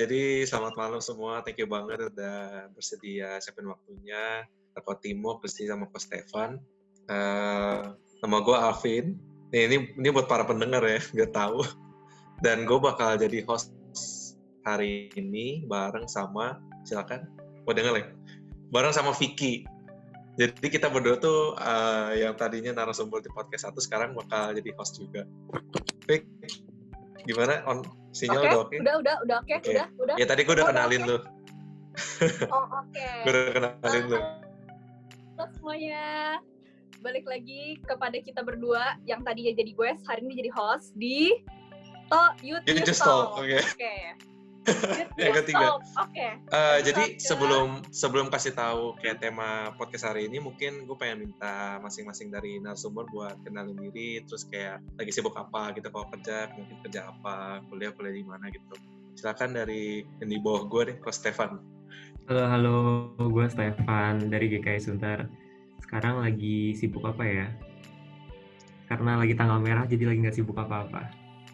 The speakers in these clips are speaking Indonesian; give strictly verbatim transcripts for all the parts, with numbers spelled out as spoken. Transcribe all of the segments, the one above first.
jadi selamat malam semua. Thank you banget udah bersedia siapin waktunya. Aku Timo, bersama sama Ko Stefan. Uh, nama gue Alvin. Nih, ini ini buat para pendengar ya, biar tahu. Dan gue bakal jadi host hari ini bareng sama, silakan, mau denger ya? Bareng sama Vicky. Jadi kita berdua tuh uh, yang tadinya narasumber di podcast satu sekarang bakal jadi host juga. Vicky, gimana? On sinyal okay. udah oke? Okay? Udah, udah, udah oke, okay. okay. udah, udah. Ya tadi gue udah oh, kenalin okay. lu. Oh, oke. Okay. Gue udah kenalin uh, lu. Halo semuanya. Balik lagi kepada kita berdua yang tadinya jadi guest, hari ini jadi host di To YouTube Talk. Oke. Oke. Yang ketiga. Oke. Okay. Uh, jadi sebelum sebelum kasih tahu kayak tema podcast hari ini, mungkin gue pengen minta masing-masing dari narasumber buat kenalin diri, terus kayak lagi sibuk apa gitu, kalau kerja mungkin kerja apa, kuliah kuliah di mana gitu. Silakan dari yang di bawah gue deh, Ko Stefan. Halo halo, gue Stefan dari G K I Sunter. Sekarang lagi sibuk apa ya? Karena lagi tanggal merah, jadi lagi nggak sibuk apa-apa.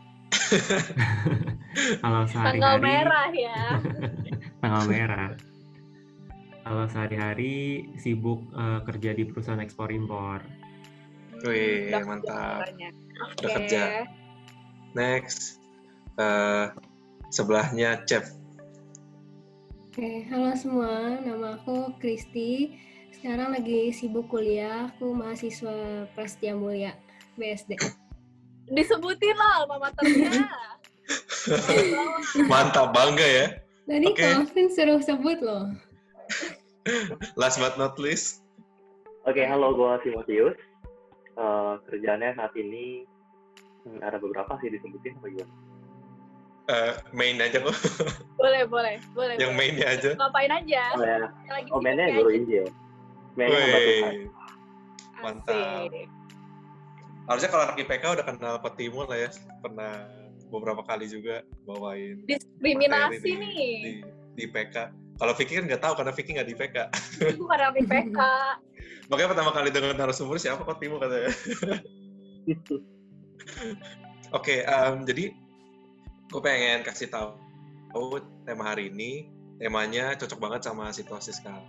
Kalau sehari-hari tanggal merah ya tanggal merah kalau sehari-hari sibuk uh, kerja di perusahaan ekspor impor. Wih, mantap. Okay. Udah kerja. Next, uh, sebelahnya Chef. Oke, okay, halo semua, nama aku Kristi. Sekarang lagi sibuk kuliah, aku mahasiswa Prasetya Mulia B S D. Disebutin lah alma maternya. Mantap, bangga ya. Tadi okay. Calvin suruh sebut loh. Last but not least. Oke, okay, halo, gue Timotius. Uh, kerjaannya saat ini hmm, ada beberapa sih disebutin apa gimana? Uh, main aja kok. Boleh, boleh, boleh. Yang boleh. mainnya aja. Ngapain aja? Oh, ya. Oh mainnya guru Injil. Mainnya hamba Tuhan. Mantap. Asik. Harusnya kalau anak I P K udah kenal Ko Timo lah ya, pernah beberapa kali juga bawain diskriminasi di, nih di, di I P K. Kalau Vicky kan nggak tahu karena Vicky nggak di I P K. Aku bukan anak I P K. Makanya pertama kali dengar narasumber siapa Ko Timo katanya. Oke, okay, um, jadi gue pengen kasih tahu tema hari ini, temanya cocok banget sama situasi sekarang.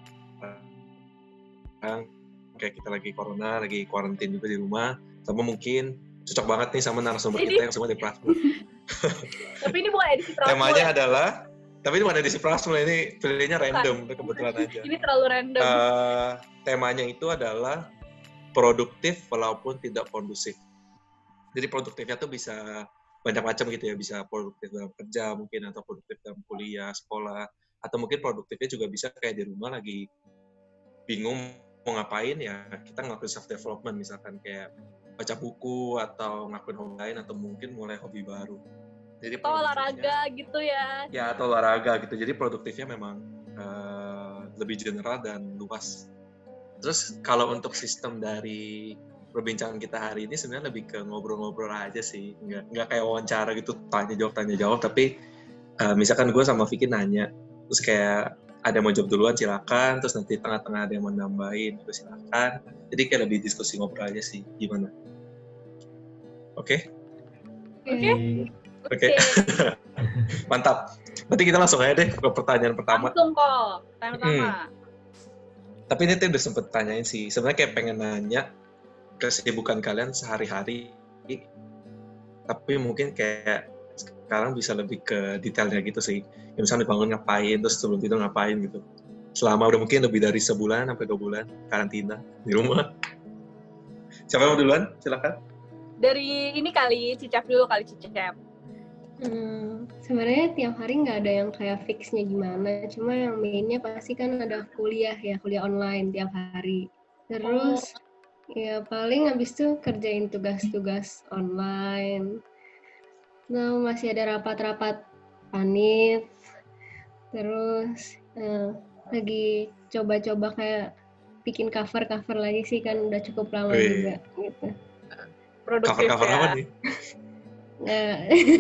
Kayak kita lagi corona, lagi quarantine juga di rumah. Sama mungkin cocok banget nih sama narasumber kita yang semua di Prasmul. Tapi ini bukan edisi Prasmul. Temanya adalah, tapi ini bukan edisi Prasmul, ini pilihnya random, bukan. Kebetulan aja. Ini terlalu random. Uh, temanya itu adalah produktif walaupun tidak kondusif. Jadi produktifnya tuh bisa banyak macam gitu ya, bisa produktif dalam kerja mungkin, atau produktif dalam kuliah, sekolah, atau mungkin produktifnya juga bisa kayak di rumah lagi bingung mau ngapain ya, kita ngelakuin self development misalkan kayak baca buku atau ngelakuin hobi lain atau mungkin mulai hobi baru. Jadi atau olahraga gitu ya. Ya atau olahraga gitu. Jadi produktifnya memang uh, lebih general dan luas. Terus kalau untuk sistem dari perbincangan kita hari ini sebenarnya lebih ke ngobrol-ngobrol aja sih. Nggak, nggak kayak wawancara gitu, tanya jawab tanya jawab. Tapi uh, misalkan gue sama Vicky nanya, terus kayak ada yang mau jawab duluan silakan, terus nanti tengah-tengah ada yang mau nambahin terus silakan. Jadi kayak lebih diskusi ngobrol aja sih, gimana? Oke? Oke. Oke. Mantap. Berarti kita langsung aja deh ke pertanyaan pertama. Langsung kok, pertanyaan pertama. Hmm. Tapi ini tuh udah sempet tanyain sih, sebenarnya kayak pengen nanya kesibukan kalian sehari-hari, tapi mungkin kayak sekarang bisa lebih ke detailnya gitu sih. Ya, misalnya dibangun ngapain, terus sebelum tidur ngapain gitu. Selama udah mungkin lebih dari sebulan sampai dua bulan karantina di rumah. Siapa yang mau duluan? Silakan. Dari ini kali, Cicap dulu kali Cicap. Hmm, sebenarnya tiap hari nggak ada yang kayak fixnya gimana. Cuma yang mainnya pasti kan ada kuliah ya, kuliah online tiap hari. Terus oh. ya paling habis itu kerjain tugas-tugas online. Nah, masih ada rapat-rapat panit, terus eh, lagi coba-coba kayak bikin cover-cover lagi sih, kan udah cukup lama Wih. juga gitu. Cover-cover ya. Apa nih? Nah.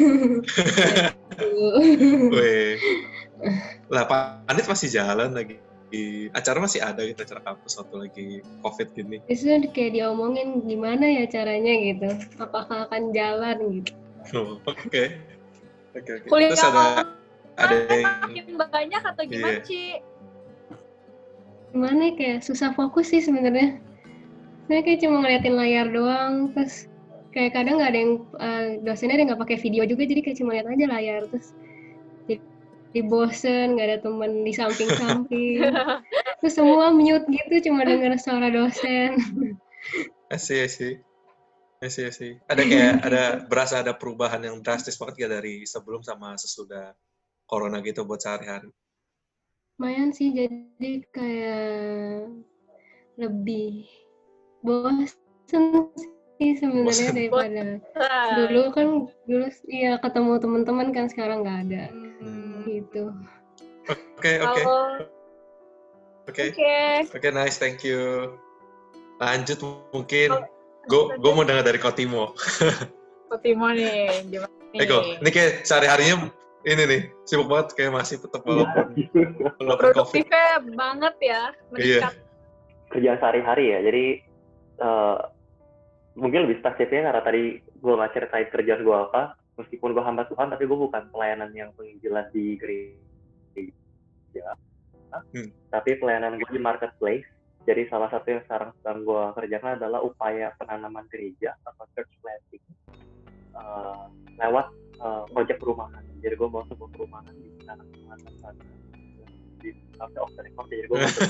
Wih. Lah panit masih jalan lagi. Acara masih ada gitu, acara kampus waktu lagi COVID gini. Itu kayak diomongin gimana ya caranya gitu, apakah akan jalan gitu. Oh, oke. Oke, oke. Kuliah Terus ada ada yang makin banyak atau gimana, Iya. Ci? Gimana ya, kayak susah fokus sih sebenarnya. Saya kayak cuma ngeliatin layar doang, terus kayak kadang nggak ada yang uh, dosennya ada nggak pakai video juga, jadi kayak cuma lihat aja layar, terus jadi bosen, nggak ada temen di samping-samping, terus semua mute gitu, cuma denger suara dosen. Asih, asih. Asih, asih. Ada kayak, ada berasa ada perubahan yang drastis banget ya dari sebelum sama sesudah corona gitu buat sehari-hari. Lumayan sih, jadi kayak lebih bosen sih sebenarnya Bosen. daripada dulu kan, dulu iya ketemu teman-teman kan, sekarang nggak ada Hmm. gitu. Oke, oke. Halo. Oke. Oke. Oke, nice, thank you. Lanjut mungkin. Gue gue mau dengar dari Kotimo. Kotimo nih, gimana nih? Eko, ini kayak sehari-harinya ini nih, sibuk banget kayak masih tetap walaupun walaupun COVID. Produktifnya banget ya, meningkat. Kerjaan sehari-hari ya, jadi uh, mungkin lebih spesifiknya karena tadi gue nggak ceritain kerjaan gue apa, meskipun gue hamba Tuhan, tapi gue bukan pelayanan yang penginjilan di gereja, hmm. tapi pelayanan gue di marketplace. Jadi salah satu yang sekarang sedang gue kerjakan adalah upaya penanaman gereja atau church planting uh, lewat uh, proyek perumahan. Jadi gue mau sebuah perumahan di sana sana di sampai off the record, jadi gue masuk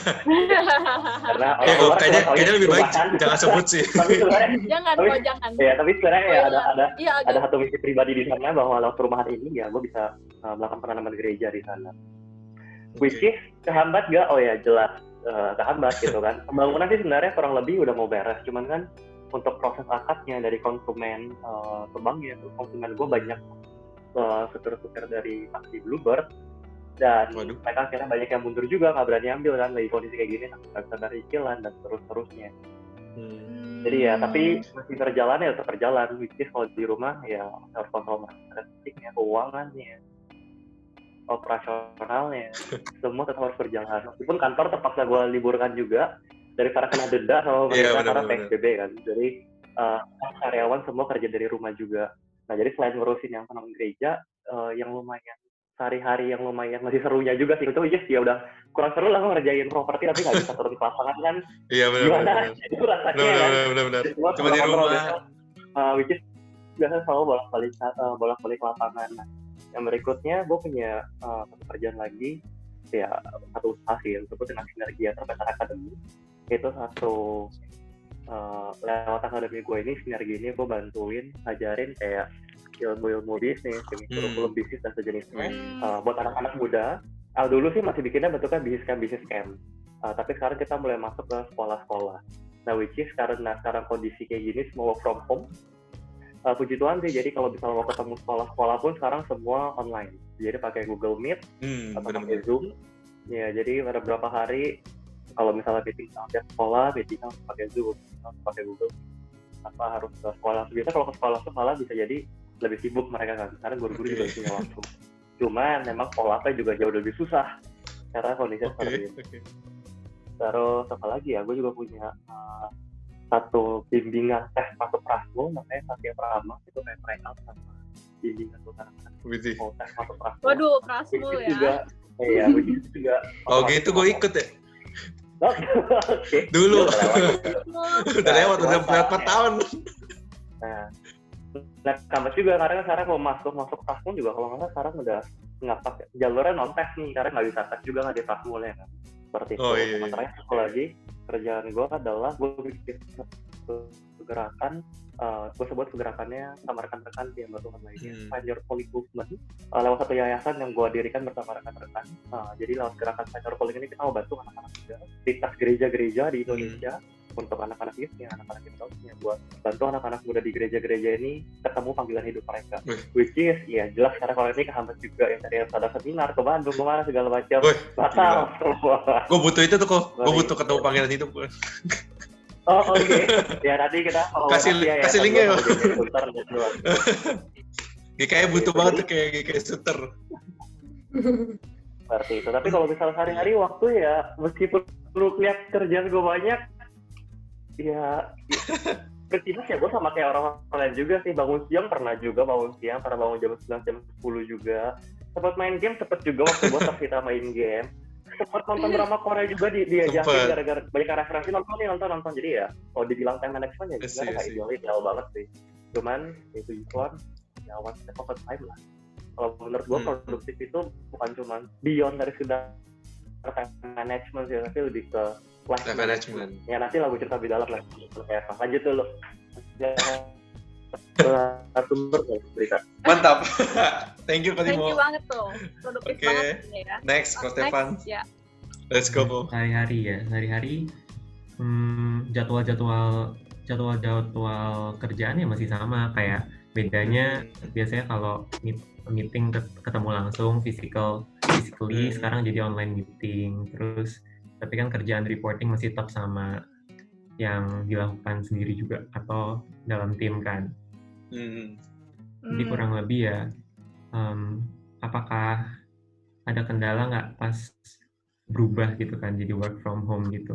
karena orang luar kayaknya kayaknya lebih baik perumahan. Jangan sebut sih. Tapi sebenarnya jangan tapi, kok jangan. Ya tapi sebenarnya ya ada ada ya, ada satu misi pribadi di sana bahwa lewat perumahan ini ya gue bisa uh, melakukan penanaman gereja di sana. Okay. Which is kehambat gak? Oh ya jelas. Uh, kehambat gitu kan. Pembangunan sih sebenarnya kurang lebih udah mau beres, cuman kan untuk proses akadnya dari konsumen uh, ke bank ya, konsumen gue banyak uh, supir-supir dari taksi Bluebird dan Waduh. mereka akhirnya banyak yang mundur juga, nggak berani ambil kan lagi kondisi kayak gini, nggak bisa dari cicilan dan terus-terusnya. Hmm. Jadi ya tapi masih berjalan ya tetap berjalan, which is kalau di rumah ya harus kontrol marketingnya, keuangannya, operasionalnya, semua tetap harus berjalan. Meskipun kantor terpaksa gue liburkan juga daripada kena denda sama pemerintah yeah, karena P S B B kan. Jadi uh, karyawan semua kerja dari rumah juga. Nah jadi selain ngurusin yang penanaman gereja, uh, yang lumayan sehari-hari yang lumayan masih serunya juga sih itu yes ya udah kurang seru lah ngerjain properti tapi nggak bisa turun ke lapangan kan. Iya benar. Gimana? Itu rasanya bener, kan. Benar benar. Cuma di rumah. Uh, which is biasanya selalu bolak-balik uh, bolak-balik lapangan. Nah, yang berikutnya gue punya uh, pekerjaan lagi ya satu usaha sih yang disebut dengan Sinergia Terbesar Academy. Itu satu uh, lewat akademi gue ini Sinergi ini gue bantuin ngajarin kayak ilmu-ilmu bisnis, kurikulum hmm. bisnis dan sejenisnya hmm. uh, buat anak-anak muda. Uh, dulu sih masih bikinnya bentuknya bisnis camp, bisnis camp. Uh, tapi sekarang kita mulai masuk ke sekolah-sekolah. Nah, which is karena sekarang kondisi kayak gini semua work from home. Uh, puji Tuhan sih, jadi kalau misalnya mau ketemu sekolah-sekolah pun sekarang semua online. Jadi pakai Google Meet hmm, atau pakai Zoom. Ya, jadi ada beberapa hari kalau misalnya meeting sama sekolah, meeting harus pakai Zoom, harus pakai Google, apa harus ke sekolah. Biasanya kalau ke sekolah tuh malah bisa jadi lebih sibuk mereka kan, karena guru-guru okay. juga punya waktu. Cuman memang sekolahnya juga jauh lebih susah karena kondisinya okay. seperti ini. Okay. Terus apa lagi ya, gue juga punya uh, satu bimbingan tes masuk Prasmul, namanya Satya Prama, itu kayak tryout sama bimbingan untuk anak-anak mau tes masuk Prasmul. Waduh, Prasmul ya? Juga, iya, begitu juga. Oh gitu, gue ikut ya? Okay. Dulu. Udah lewat, udah berapa tahun. Nah, nah kampus juga karena sekarang mau masuk masuk Prasmul juga kalau nggak salah sekarang udah nggak pakai jalurnya non tes nih karena nggak bisa tes juga nggak di Prasmul ya kan seperti itu. Oh, iya, iya. Sementara satu lagi kerjaan gue adalah gue bikin gerakan, uh, gue sebut gerakannya sama rekan-rekan di yang bantuan lainnya, hmm. Find Your Calling Movement, uh, lewat satu yayasan yang gue dirikan bersama rekan-rekan. Uh, jadi lewat gerakan Find Your Calling ini kita mau bantu anak-anak muda lintas gereja-gereja di Indonesia. Hmm. Untuk anak-anak youth-nya, anak-anak youth-nya buat bantu anak-anak muda di gereja-gereja ini ketemu panggilan hidup mereka. Wih. Which is, ya jelas karena kalau ini kehambat juga yang tadi harus ada seminar ke Bandung, kemana segala macam. Batal semua. Gue butuh itu tuh kok, gue butuh ketemu panggilan hidup. Oh oke, okay. Ya nanti kita kalau kasih ya, kasih ya, linknya ya. G K I butuh banget tuh kayak G K I Sunter. Seperti itu. Tapi kalau misalnya sehari-hari waktu ya, meskipun lu lihat kerjaan gue banyak, ya prinsipnya ya gue sama kayak orang lain juga sih, bangun siang pernah juga bangun siang pernah bangun jam sembilan jam sepuluh juga sempet main game, sempet juga waktu gue kita main game. Sempet nonton drama Korea juga di diajakin gara-gara banyak referensi nonton nih nonton nonton jadi ya kalau dibilang time management ya juga kayak ideal banget sih. Cuman itu Yusuan ya what's the pocket time lah. Kalau menurut gue hmm. produktif itu bukan cuma beyond dari sekedar time management sih, tapi lebih ke life management. Ya nanti lah gue cerita lebih dalam lah. Kayak apa? Lanjut dulu. Ya, sumber berita. Mantap. Thank you Kak Timo. Thank you banget tuh. Produktif okay. banget ya. Next, Ko Stefan. Ya. Let's go. Hari-hari ya, hari-hari hmm, jadwal-jadwal jadwal-jadwal kerjaannya masih sama, kayak bedanya biasanya kalau meeting ketemu langsung physical physically hmm. sekarang jadi online meeting. Terus tapi kan kerjaan reporting masih tetap sama yang dilakukan sendiri juga atau dalam tim kan. Hmm. Jadi kurang lebih ya um, apakah ada kendala nggak pas berubah gitu kan jadi work from home gitu.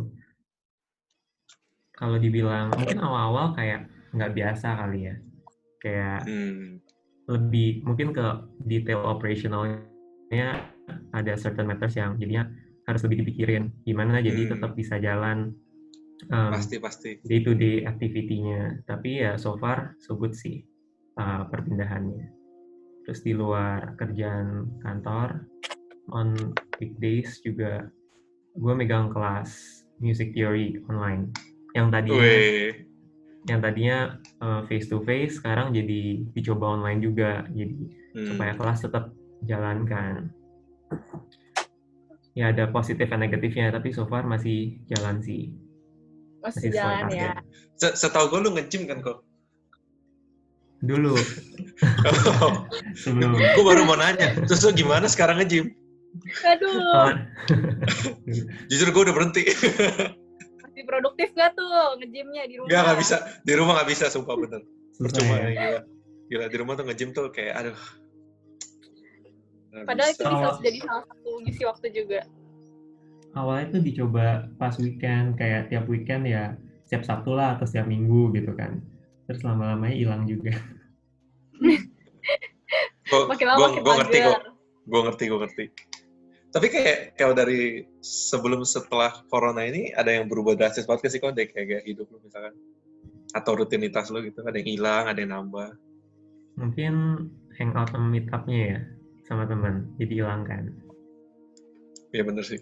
Kalau dibilang mungkin awal-awal kayak nggak biasa kali ya, kayak hmm. lebih mungkin ke detail operationalnya ada certain matters yang jadinya harus lebih dipikirin gimana jadi hmm. tetap bisa jalan um, pasti pasti day to day activity-nya. Tapi ya so far so good sih uh, perpindahannya. Terus di luar kerjaan kantor on weekdays juga gue megang kelas music theory online yang tadinya Wee. yang tadinya uh, face to face sekarang jadi dicoba online juga, jadi hmm. supaya kelas tetap jalan kan. Ya ada positif dan negatifnya tapi so far masih jalan sih. Masih, masih jalan ya. Setahu gue lu nge-gym kan kok? Dulu. Sebelum. Gue baru mau nanya, terus lu gimana sekarang nge-gym? Aduh. Jujur gue udah berhenti. Masih produktif gak tuh nge-gymnya di rumah? Gak, gak bisa. Di rumah gak bisa, sumpah bener. Percuma ya, gila. Gila, di rumah tuh nge-gym tuh kayak, aduh. Gak Padahal bisa. Itu bisa oh. jadi salah satu ngisi waktu juga. Awalnya tuh dicoba pas weekend, kayak tiap weekend ya, setiap Sabtu lah atau setiap Minggu gitu kan. Terus lama-lamanya hilang juga. Makin lama makin gue ngerti kok. Gue ngerti, gue ngerti. Tapi kayak kalau dari sebelum setelah corona ini ada yang berubah drastis banget sih kok deh kayak gaya hidup lu misalkan atau rutinitas lu gitu, ada yang hilang, ada yang nambah. Mungkin hangout sama meet up-nya ya sama teman jadi hilang kan. Iya bener sih.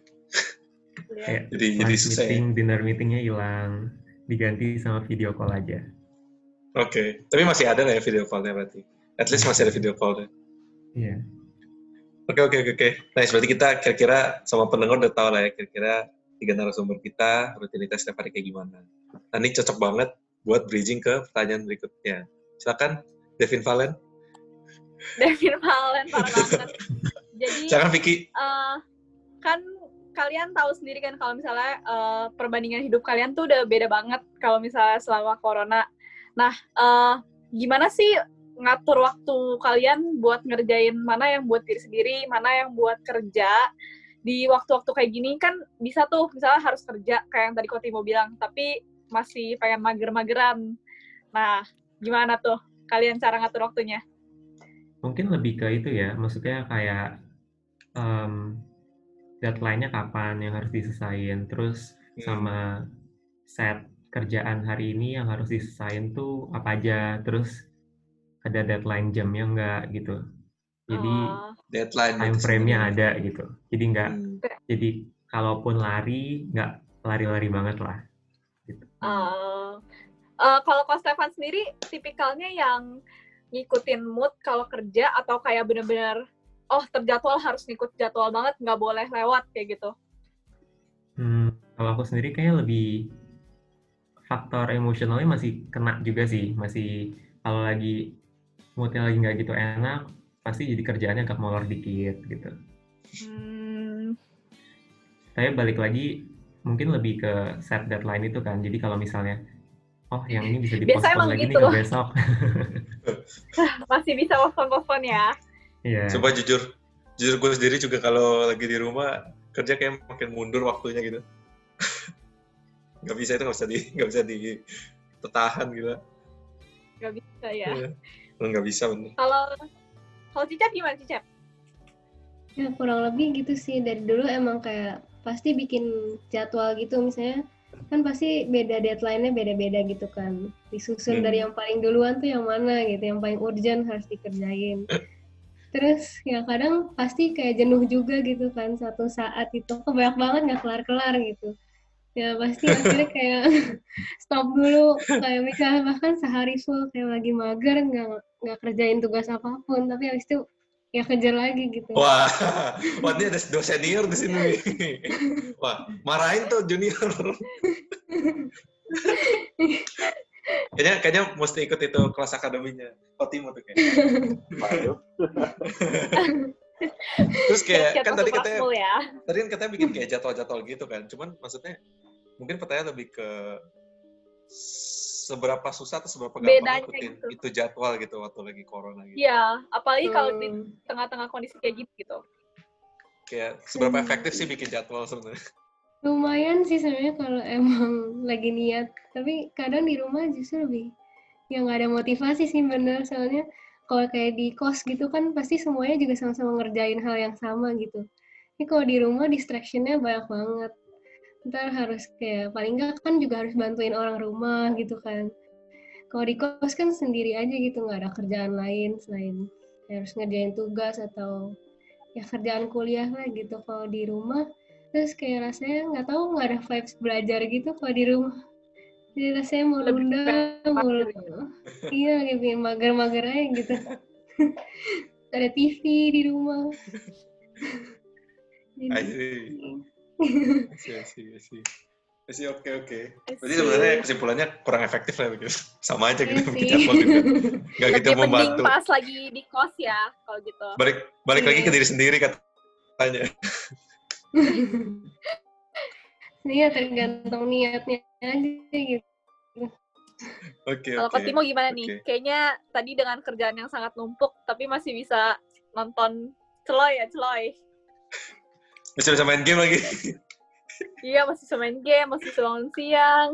Kayak jadi jadi susah. Meeting, dinner meetingnya hilang, diganti sama video call aja. Oke, okay. Tapi masih ada lah ya video call-nya berarti. At least masih ada video call-nya. Iya. Oke, oke, oke. Nice, berarti kita kira-kira sama pendengar udah tahu lah ya, kira-kira tiga narasumber kita, rutinitas setiap hari kayak gimana. Nah, ini cocok banget buat bridging ke pertanyaan berikutnya. Silakan, Devin Valen. Devin Valen, parah banget. Jadi, silakan Vicky. Uh, kan kalian tahu sendiri kan kalau misalnya uh, perbandingan hidup kalian tuh udah beda banget kalau misalnya selama corona. Nah, uh, gimana sih ngatur waktu kalian buat ngerjain mana yang buat diri sendiri, mana yang buat kerja di waktu-waktu kayak gini kan bisa tuh misalnya harus kerja kayak yang tadi Ko Timo bilang, tapi masih pengen mager-mageran. Nah, gimana tuh kalian cara ngatur waktunya? Mungkin lebih ke itu ya, maksudnya kayak um, deadline-nya kapan yang harus diselesain, terus hmm. sama set kerjaan hari ini yang harus diselesain tuh apa aja, terus ada deadline jamnya enggak gitu. Jadi oh. deadline time frame-nya ada gitu. Jadi enggak hmm. jadi kalaupun lari enggak lari-lari banget lah gitu. Uh, uh, kalau Ko Stefan sendiri tipikalnya yang ngikutin mood kalau kerja atau kayak benar-benar oh terjadwal harus ngikut jadwal banget, nggak boleh lewat kayak gitu? Hmm, kalau aku sendiri kayak lebih faktor emosionalnya masih kena juga sih. Masih kalau lagi moodnya lagi nggak gitu enak, pasti jadi kerjaannya agak molor dikit gitu. Hmm. Tapi balik lagi, mungkin lebih ke set deadline itu kan. Jadi kalau misalnya, oh yang ini bisa di-postpone lagi gitu. Nih ke besok. Masih bisa postpone-postpone ya? Iya. Coba jujur, jujur gue sendiri juga kalau lagi di rumah, kerja kayak makin mundur waktunya gitu. Nggak bisa, itu nggak bisa di, nggak bisa ditahan gitu. Nggak bisa ya? Iya. Nggak bisa bener. Kalau kalau Cicep gimana Cicep? Ya kurang lebih gitu sih, dari dulu emang kayak pasti bikin jadwal gitu, misalnya kan pasti beda deadline-nya beda-beda gitu kan, disusun Hmm. dari yang paling duluan tuh yang mana gitu, yang paling urgent harus dikerjain. Terus ya kadang pasti kayak jenuh juga gitu kan, satu saat itu kok banyak banget nggak kelar-kelar gitu. Ya pasti akhirnya kayak stop dulu, kayak misalnya bahkan sehari full kayak lagi mager nggak nggak kerjain tugas apapun, tapi habis itu ya kejar lagi gitu. Wah, wah ini ada dua senior di sini nih. Wah, marahin tuh junior. Kayaknya kayaknya mesti ikut itu kelas akademinya. Otimo tuh kayaknya. Waduh. Terus kayak Siap-siap kan masuk tadi kelas katanya full ya. tadi kan katanya bikin kayak jadwal-jadwal gitu kan. Cuman maksudnya mungkin pertanyaan lebih ke seberapa susah atau seberapa gampang Bedanya ngikutin gitu. itu jadwal gitu waktu lagi corona gitu. Iya, apalagi kalau di Hmm. tengah-tengah kondisi kayak gitu gitu. Kayak seberapa Hmm. efektif sih bikin jadwal sebenarnya? Lumayan sih sebenarnya kalau emang lagi niat, tapi kadang di rumah justru lebih yang nggak ada motivasi sih bener, soalnya kalau kayak di kos gitu kan pasti semuanya juga sama-sama ngerjain hal yang sama gitu. Ini kalau di rumah distraction-nya banyak banget. Ntar harus kayak paling nggak kan juga harus bantuin orang rumah gitu kan. Kalau di kos kan sendiri aja gitu, nggak ada kerjaan lain selain harus ngerjain tugas atau ya kerjaan kuliah lah gitu. Kalau di rumah terus kayak rasanya nggak tahu, nggak ada vibes belajar gitu kalau di rumah, jadi rasanya mau Lebih nunda mulu. Iya, kayak pengen mager-mager aja gitu. Ada T V di rumah. I Jadi, see. I see, I see. I see, oke, oke. I Berarti see. sebenarnya kesimpulannya kurang efektif lah gitu. Sama aja gitu iya bikin sih. jadwal gitu. Nggak gitu Lebih mending membantu. pas lagi di kos ya, kalau gitu. Balik balik Iya. lagi ke diri sendiri katanya. Iya, tergantung niatnya aja gitu. Oke, Kalau oke. Kotimo gimana Oke. nih? Kayaknya tadi dengan kerjaan yang sangat numpuk, tapi masih bisa nonton celoy ya, celoy. Masih bisa main game lagi. Iya, masih bisa main game, masih bisa bangun siang.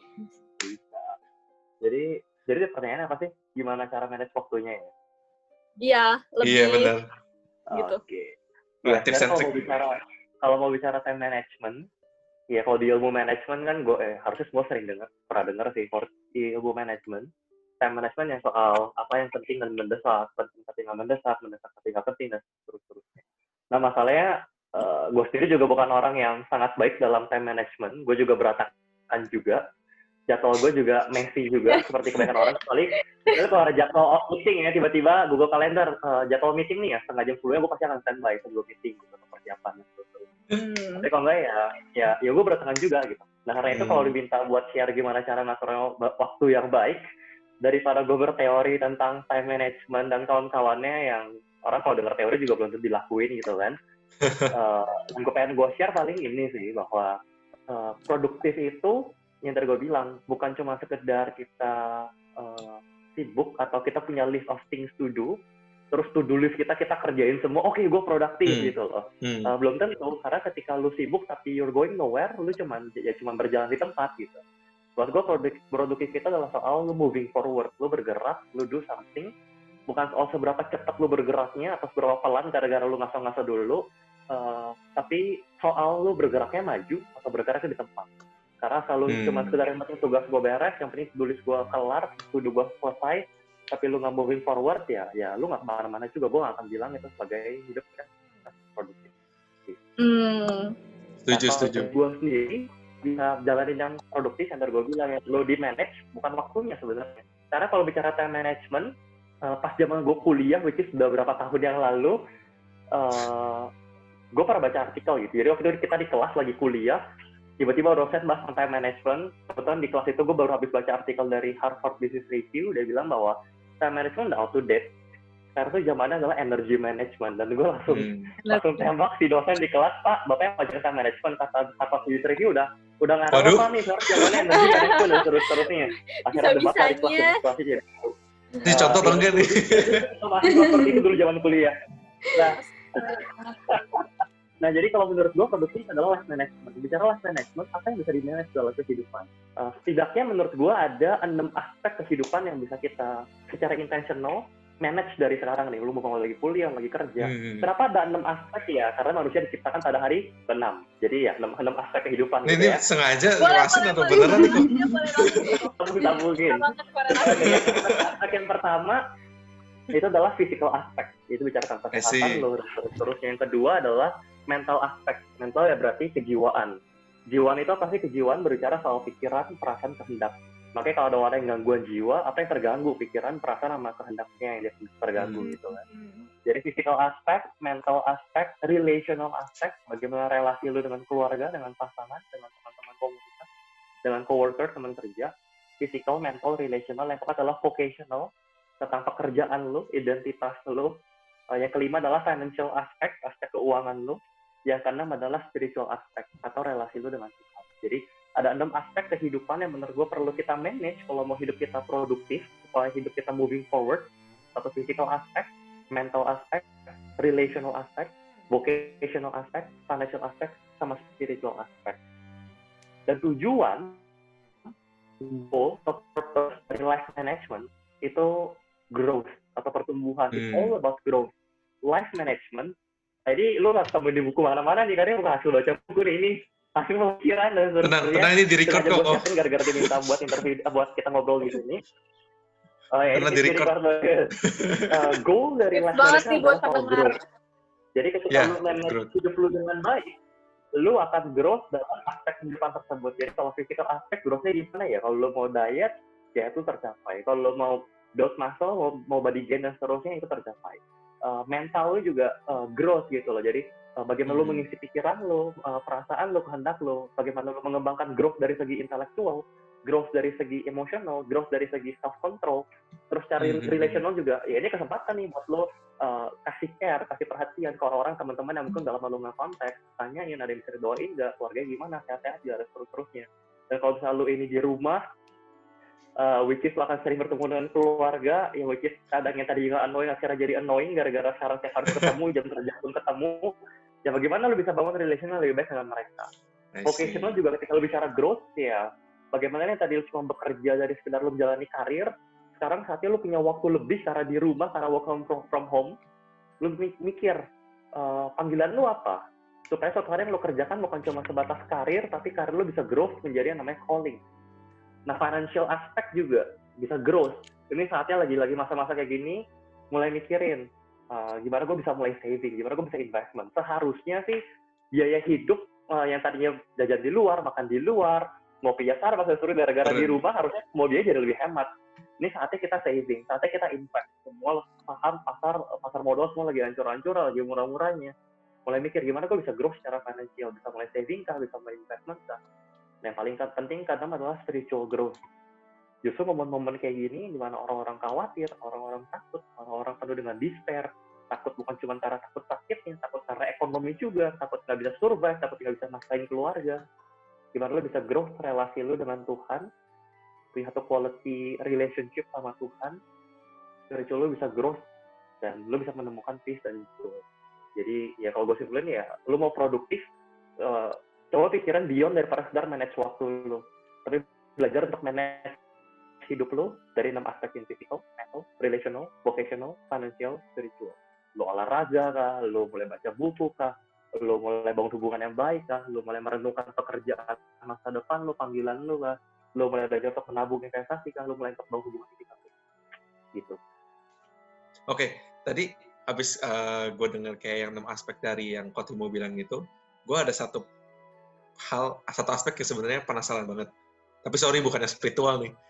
Jadi jadi pertanyaannya apa sih? Gimana cara manage waktunya ya? Iya, lebih Iya, benar. gitu. Oke. Nah, Ya, tips sebenarnya and kalau trick. mau bicara kalau mau bicara time management, ya kalau di ilmu manajemen kan gue eh, harusnya semua sering dengar, pernah dengar sih kalau di ilmu manajemen, time management yang soal apa yang penting dan mendesak, penting tapi nggak mendesak, mendesak tapi nggak penting dan seterusnya. Nah masalahnya uh, gue sendiri juga bukan orang yang sangat baik dalam time management, gue juga berantakan juga. Jadwal gue juga messy juga seperti kebanyakan orang, kecuali kalau ada jadwal meeting ya tiba-tiba Google Calendar uh, jadwal meeting nih ya setengah jam sebelumnya gue pasti akan standby sebelum meeting gitu persiapan gitu. Hmm. Tapi kalau enggak ya ya ya gue berantakan juga gitu. Nah karena itu Hmm. kalau diminta buat share gimana cara ngatur waktu yang baik daripada gue berteori tentang time management dan kawan-kawannya yang orang kalau dengar teori juga belum tentu dilakuin gitu kan. uh, yang gue pengen gue share paling ini sih bahwa uh, produktif itu yang tadi gue bilang, bukan cuma sekedar kita uh, sibuk atau kita punya list of things to do, terus to-do list kita, kita kerjain semua, oke okay, gue produktif Hmm. gitu loh. Hmm. Uh, belum tentu, karena ketika lu sibuk tapi you're going nowhere, lu cuma ya cuma berjalan di tempat gitu. Buat gue produk- produktif kita adalah soal lu moving forward, lu bergerak, lu do something, bukan soal seberapa cepat lu bergeraknya atau seberapa pelan gara-gara lu ngaso-ngaso dulu, uh, tapi soal lu bergeraknya maju atau bergeraknya di tempat. Karena selalu Hmm. cuma sekedar yang penting tugas gue beres, yang penting tulis gue kelar, to-do gue selesai, tapi lu nggak moving forward ya, ya lu nggak kemana-mana juga. Gue nggak akan bilang itu sebagai hidup kan produktif. Hmm. Setuju, nah, setuju. Gue sendiri bisa jalanin yang produktif, yang tadi gue bilang ya, lu di manage bukan waktunya sebenarnya. Karena kalau bicara time management, uh, pas zaman gue kuliah, which is udah berapa tahun yang lalu, uh, gue pernah baca artikel gitu. Jadi waktu itu kita di kelas lagi kuliah, tiba-tiba dosen bahas tentang time management. Kebetulan di kelas itu gue baru habis baca artikel dari Harvard Business Review. Dia bilang bahwa time management udah out to date. Sekarang tuh zamannya adalah energy management. Dan gue langsung Hmm. langsung tembak si dosen di kelas, Pak, Bapak yang ngajarin time management, kata Harvard Business Review udah udah nggak Waduh. relevan nih. Sekarang zamannya energy management dan terus-terusnya. Akhirnya debat lah di kelas, Bisa-bisanya. situasi jadi. Ini contoh dong nggak nih? Masih seperti itu dulu zaman kuliah. Nah, Nah, jadi kalau menurut gue produktif adalah life management. Bicara life management, apa yang bisa di-manage dalam kehidupan? Uh, setidaknya menurut gue ada enam aspek kehidupan yang bisa kita secara intentional manage dari sekarang nih, lu mau lagi kuliah, lagi kerja. Hmm. Kenapa ada enam aspek ya? Karena manusia diciptakan pada hari keenam. Jadi ya enam, enam aspek kehidupan Ini, gitu ini ya. sengaja Boleh, jelasin boleh, atau boleh. beneran nih kok? Iya, boleh banget. Tidak mungkin. Bisa banget korelasi. Aspek yang pertama itu adalah physical aspek. Itu bicara tentang I kesehatan see. lo. Terusnya yang kedua adalah mental aspek. Mental ya berarti kejiwaan. Jiwaan itu apa sih? Kejiwaan berbicara soal pikiran, perasaan, kehendak. Makanya kalau ada orang yang gangguan jiwa, apa yang terganggu? Pikiran, perasaan, sama kehendaknya yang dia terganggu Hmm. gitu kan. Hmm. Jadi physical aspek, mental aspek, relational aspek, bagaimana relasi lu dengan keluarga, dengan pasangan, dengan teman-teman komunitas, dengan coworker, teman kerja. Physical, mental, relational. Yang keempat adalah vocational, tentang pekerjaan lu, identitas lu. Uh, yang kelima adalah financial aspek, aspek keuangan lu. Yang keenam adalah spiritual aspek, atau relasi lu dengan Tuhan. Jadi ada enam aspek kehidupan yang menurut gue perlu kita manage kalau mau hidup kita produktif, supaya hidup kita moving forward. Satu physical aspek, mental aspek, relational aspek, vocational aspek, financial aspek, sama spiritual aspek. Dan tujuan, goal, atau purpose dari life management itu growth atau pertumbuhan. It's Hmm. all about growth. Life management. Jadi lu nggak ketemu di buku mana-mana nih, karena bukan hasil baca buku nih ini. Hasil pemikiran dan Tenang, seterusnya. tenang ini di record Sengaja kok. gue siapin gara-gara diminta buat interview, buat kita ngobrol di sini. Oh ya, Tenang ini di jadi record. banget. Uh, goal dari Tips life banget management nih buat adalah soal pendengar. growth. Jadi ketika Ya, lu manage growth. hidup lu dengan baik, lu akan growth dalam aspek kehidupan tersebut. Jadi kalau physical aspek, growth-nya gimana ya? Kalau lu mau diet, ya itu tercapai. Kalau lu mau build muscle, mau, mau body gain dan seterusnya, itu tercapai. Uh, mental lu juga uh, growth gitu loh. Jadi uh, bagaimana lu Hmm. mengisi pikiran lu, uh, perasaan lu, kehendak lu, bagaimana lu mengembangkan growth dari segi intelektual, growth dari segi emosional, growth dari segi self control, terus cari Hmm. relational juga. Ya ini kesempatan nih buat lo uh, kasih care, kasih perhatian ke orang-orang, teman-teman yang mungkin dalam alumni konteks, tanyain ada yang bisa didoain nggak, keluarganya gimana, sehat-sehat juga, terus-terusnya. Dan kalau misalnya lo ini di rumah, uh, which is lo akan sering bertemu dengan keluarga, ya which is kadang yang tadi nggak annoying, akhirnya jadi annoying gara-gara sekarang tiap harus ketemu, jam kerja pun ketemu, ya bagaimana lo bisa bangun relational lebih baik dengan mereka. I see. Vocational juga ketika lo bicara growth, ya bagaimana yang tadi lo cuma bekerja dari sekedar lo menjalani karir, sekarang saatnya lo punya waktu lebih karena di rumah, karena work from, from home, lo mikir uh, panggilan lo apa, supaya suatu hari yang lo kerjakan bukan cuma sebatas karir, tapi karir lo bisa growth menjadi yang namanya calling. Nah, financial aspect juga bisa growth. Ini saatnya lagi-lagi masa-masa kayak gini, mulai mikirin, uh, gimana gue bisa mulai saving, gimana gue bisa investment. Seharusnya sih biaya hidup uh, yang tadinya jajan di luar, makan di luar, mau pindah saraf, suruh gara-gara di rumah, harusnya mau biaya jadi lebih hemat. Ini saatnya kita saving, saatnya kita invest. Semua saham, pasar, pasar modal semua lagi hancur-hancur, lagi murah-murahnya. Mulai mikir gimana gue bisa growth secara finansial, bisa mulai saving kah, bisa mulai investment kah. Nah, yang paling penting kadang adalah spiritual growth. Justru momen-momen kayak gini, di mana orang-orang khawatir, orang-orang takut, orang-orang penuh dengan despair, takut bukan cuma karena takut sakitnya, takut karena ekonomi juga, takut nggak bisa survive, takut nggak bisa nafkahin keluarga. Gimana lo bisa growth relasi lo dengan Tuhan, punya satu quality relationship sama Tuhan, spiritual lo bisa growth, dan lo bisa menemukan peace dan joy. Jadi ya kalau gue simpulin ya, lo mau produktif, uh, coba pikiran beyond daripada sekedar manage waktu lo, tapi belajar untuk manage hidup lo dari enam aspek yang physical, mental, relational, vocational, financial, spiritual. Lo olahraga kah, lo mulai baca buku kah, lo mulai bangun hubungan yang baik kah, lo mulai merenungkan pekerjaan masa depan lo, panggilan lo kah, lo mulai belajar untuk menabung investasi kah, lo mulai untuk bangun hubungan kita gitu. Oke, tadi habis uh, gue dengar kayak yang enam aspek dari yang Ko Timo bilang gitu, gue ada satu hal, satu aspek yang sebenarnya penasaran banget. Tapi sorry, bukannya spiritual nih.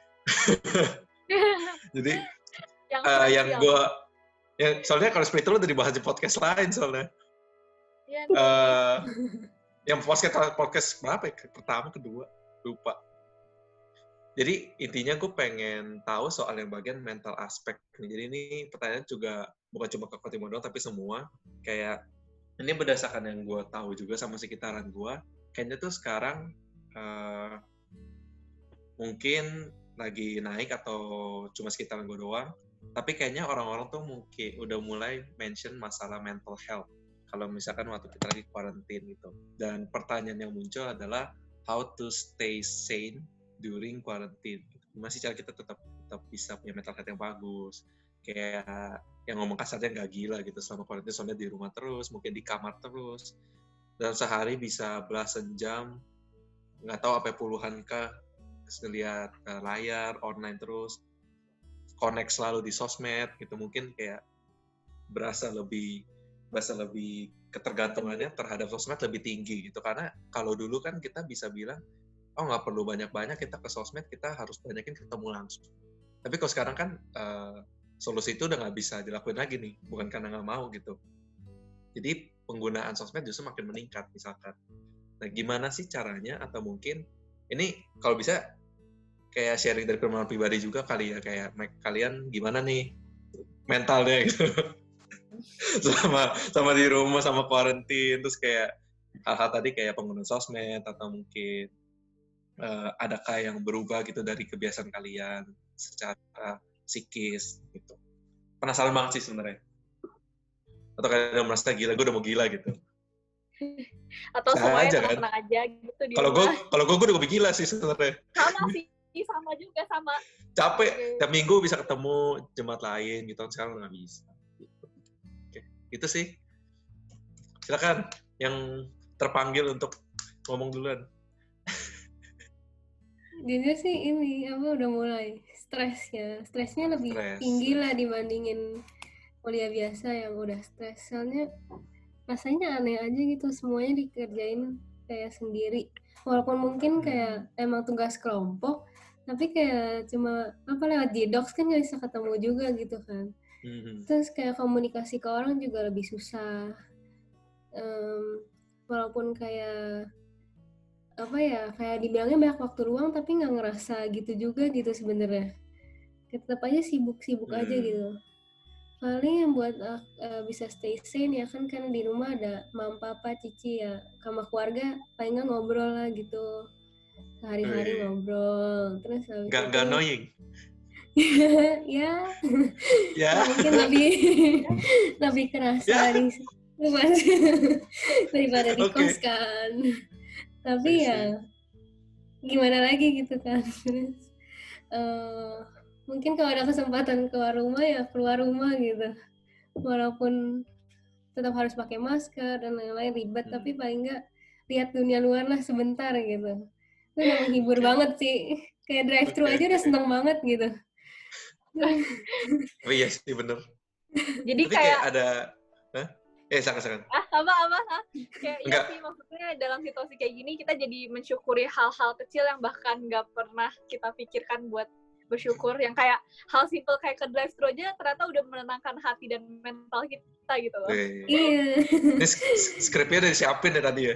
Jadi yang, uh, yang gue, yang soalnya kalau spiritual udah dibahas di podcast lain soalnya. ya, Uh, yang podcast podcast berapa ya? Pertama, kedua, lupa. Jadi intinya gue pengen tahu soal yang bagian mental aspek. Jadi ini pertanyaan juga bukan cuma ke Ko Timo doang, tapi semua. Kayak ini berdasarkan yang gue tahu juga sama sekitaran gue. Kayaknya tuh sekarang uh, mungkin lagi naik atau cuma sekitaran gue doang. Tapi kayaknya orang-orang tuh mungkin udah mulai mention masalah mental health. Kalau misalkan waktu kita lagi quarantine gitu. Dan pertanyaan yang muncul adalah how to stay sane during quarantine. Gimana sih cara kita tetap tetap bisa punya mental health yang bagus, kayak yang ngomong kasarnya nggak gila gitu selama quarantine, soalnya di rumah terus, mungkin di kamar terus, dalam sehari bisa belasan jam, nggak tahu apa puluhan kah, ngeliat uh, layar online terus, connect selalu di sosmed gitu, mungkin kayak berasa lebih berasa lebih ketergantungannya terhadap sosmed lebih tinggi gitu. Karena kalau dulu kan kita bisa bilang, oh nggak perlu banyak-banyak kita ke sosmed, kita harus banyakin ketemu langsung. Tapi kalau sekarang kan uh, solusi itu udah nggak bisa dilakuin lagi nih, bukan karena nggak mau gitu. Jadi penggunaan sosmed justru makin meningkat misalkan. Nah gimana sih caranya, atau mungkin ini kalau bisa kayak sharing dari pengalaman pribadi juga kali ya, kayak kalian gimana nih mentalnya gitu sama sama di rumah sama quarantine, terus kayak hal-hal tadi kayak penggunaan sosmed, atau mungkin uh, adakah yang berubah gitu dari kebiasaan kalian secara psikis gitu. Penasaran banget sih sebenarnya. Atau kalian merasa gila, gue udah mau gila gitu. Atau Bisa semuanya aja, kan? tenang-tenang aja gitu di Kalau gue rumah. kalau gue gue udah mau gila sih sebenarnya. Sama sih, sama juga sama. Capek, Oke. tiap minggu bisa ketemu jemaat lain gitu, sekarang nggak bisa. Gitu. Oke, itu sih. Silakan yang terpanggil untuk ngomong duluan. Jujur sih ini apa udah mulai stres ya, stresnya lebih Stres. tinggi lah dibandingin kuliah biasa yang udah stres. Soalnya rasanya aneh aja gitu, semuanya dikerjain kayak sendiri. Walaupun mungkin kayak emang tugas kelompok, tapi kayak cuma apa lewat G-Docs kan nggak bisa ketemu juga gitu kan. Hmm. Terus kayak komunikasi ke orang juga lebih susah. Um, walaupun kayak apa ya, kayak dibilangnya banyak waktu luang tapi nggak ngerasa gitu juga gitu sebenarnya. Tetap aja sibuk-sibuk Hmm. aja gitu. Paling yang buat uh, uh, bisa stay sane ya kan, kan di rumah ada mam, papa, cici ya, sama keluarga paling nggak ngobrol lah gitu. Sehari-hari Wih. ngobrol. Terus habis Nggak itu nggak annoying. ya, Ya. ya mungkin lebih lebih kerasa Ya. di daripada di Oke. kos kan. Tapi I see. ya gimana lagi gitu kan. Terus uh, mungkin kalau ada kesempatan keluar rumah ya keluar rumah gitu, walaupun tetap harus pakai masker dan lain-lain ribet, Hmm. tapi paling nggak lihat dunia luar lah sebentar gitu. Itu udah menghibur Oke. banget sih, kayak drive thru Oke, aja udah oke. seneng banget gitu. Oh iya sih bener. Jadi Tapi kayak, kayak ada, Hah? Eh silakan. ah apa apa ah. Kayak iya Enggak. sih, maksudnya dalam situasi kayak gini kita jadi mensyukuri hal-hal kecil yang bahkan nggak pernah kita pikirkan buat bersyukur, yang kayak hal simple kayak ke drive thru aja ternyata udah menenangkan hati dan mental kita gitu loh. Wih. Iya. Ini sk- skripnya udah disiapin ya tadi ya.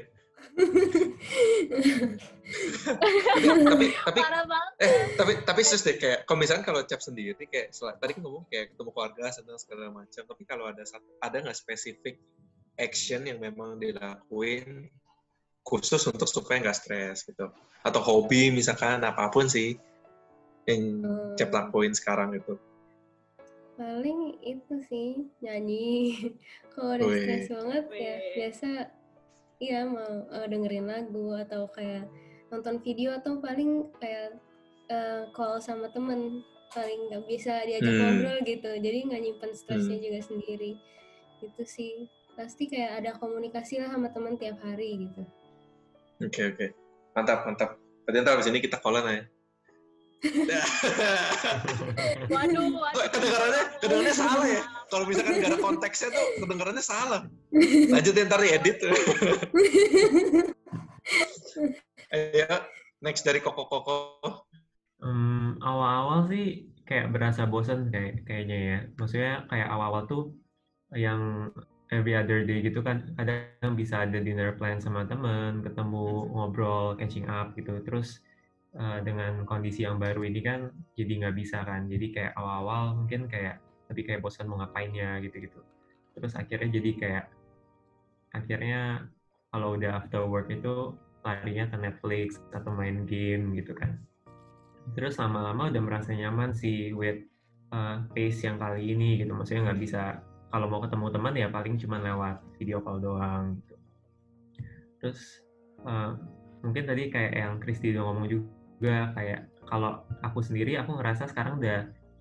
tapi tapi Parah banget. eh tapi tapi sus deh, kayak kalau misalkan kalau Cap sendiri kayak sel- tadi kan ngomong kayak ketemu keluarga senang segala macam, tapi kalau ada sat- ada nggak spesifik action yang memang dilakuin khusus untuk supaya nggak stres gitu, atau hobi misalkan apapun sih yang Cap Hmm. lakuin sekarang itu? Paling itu sih nyanyi. Kalau udah Wih. stres banget ya Wih. biasa iya mau uh, dengerin lagu atau kayak nonton video, atau paling kayak uh, call sama temen, paling nggak bisa diajak Hmm. ngobrol gitu, jadi nggak nyimpen stresnya Hmm. juga sendiri gitu sih. Pasti kayak ada komunikasi lah sama temen tiap hari gitu. Oke oke, mantap mantap. Berarti ntar abis ini kita callan ya. Waduh, Kok waduh. kedengarannya kedengarannya salah ya? Kalau misalkan nggak ada konteksnya tuh kedengarannya salah. Lanjut ntar diedit. Ayo, next dari Koko Koko. Hmm, awal-awal sih kayak berasa bosan kayak kayaknya ya. Maksudnya kayak awal-awal tuh yang every other day gitu kan, kadang bisa ada dinner plan sama teman, ketemu, ngobrol, catching up gitu. Terus uh, dengan kondisi yang baru ini kan jadi nggak bisa kan. Jadi kayak awal-awal mungkin kayak lebih kayak bosan mau ngapainnya gitu-gitu. Terus akhirnya jadi kayak akhirnya kalau udah after work itu larinya ke Netflix atau main game gitu kan. Terus lama-lama udah merasa nyaman sih with uh, pace yang kali ini gitu. Maksudnya nggak bisa, kalau mau ketemu teman ya paling cuma lewat video call doang gitu. Terus uh, mungkin tadi kayak yang Kristi udah ngomong juga, kayak kalau aku sendiri aku ngerasa sekarang udah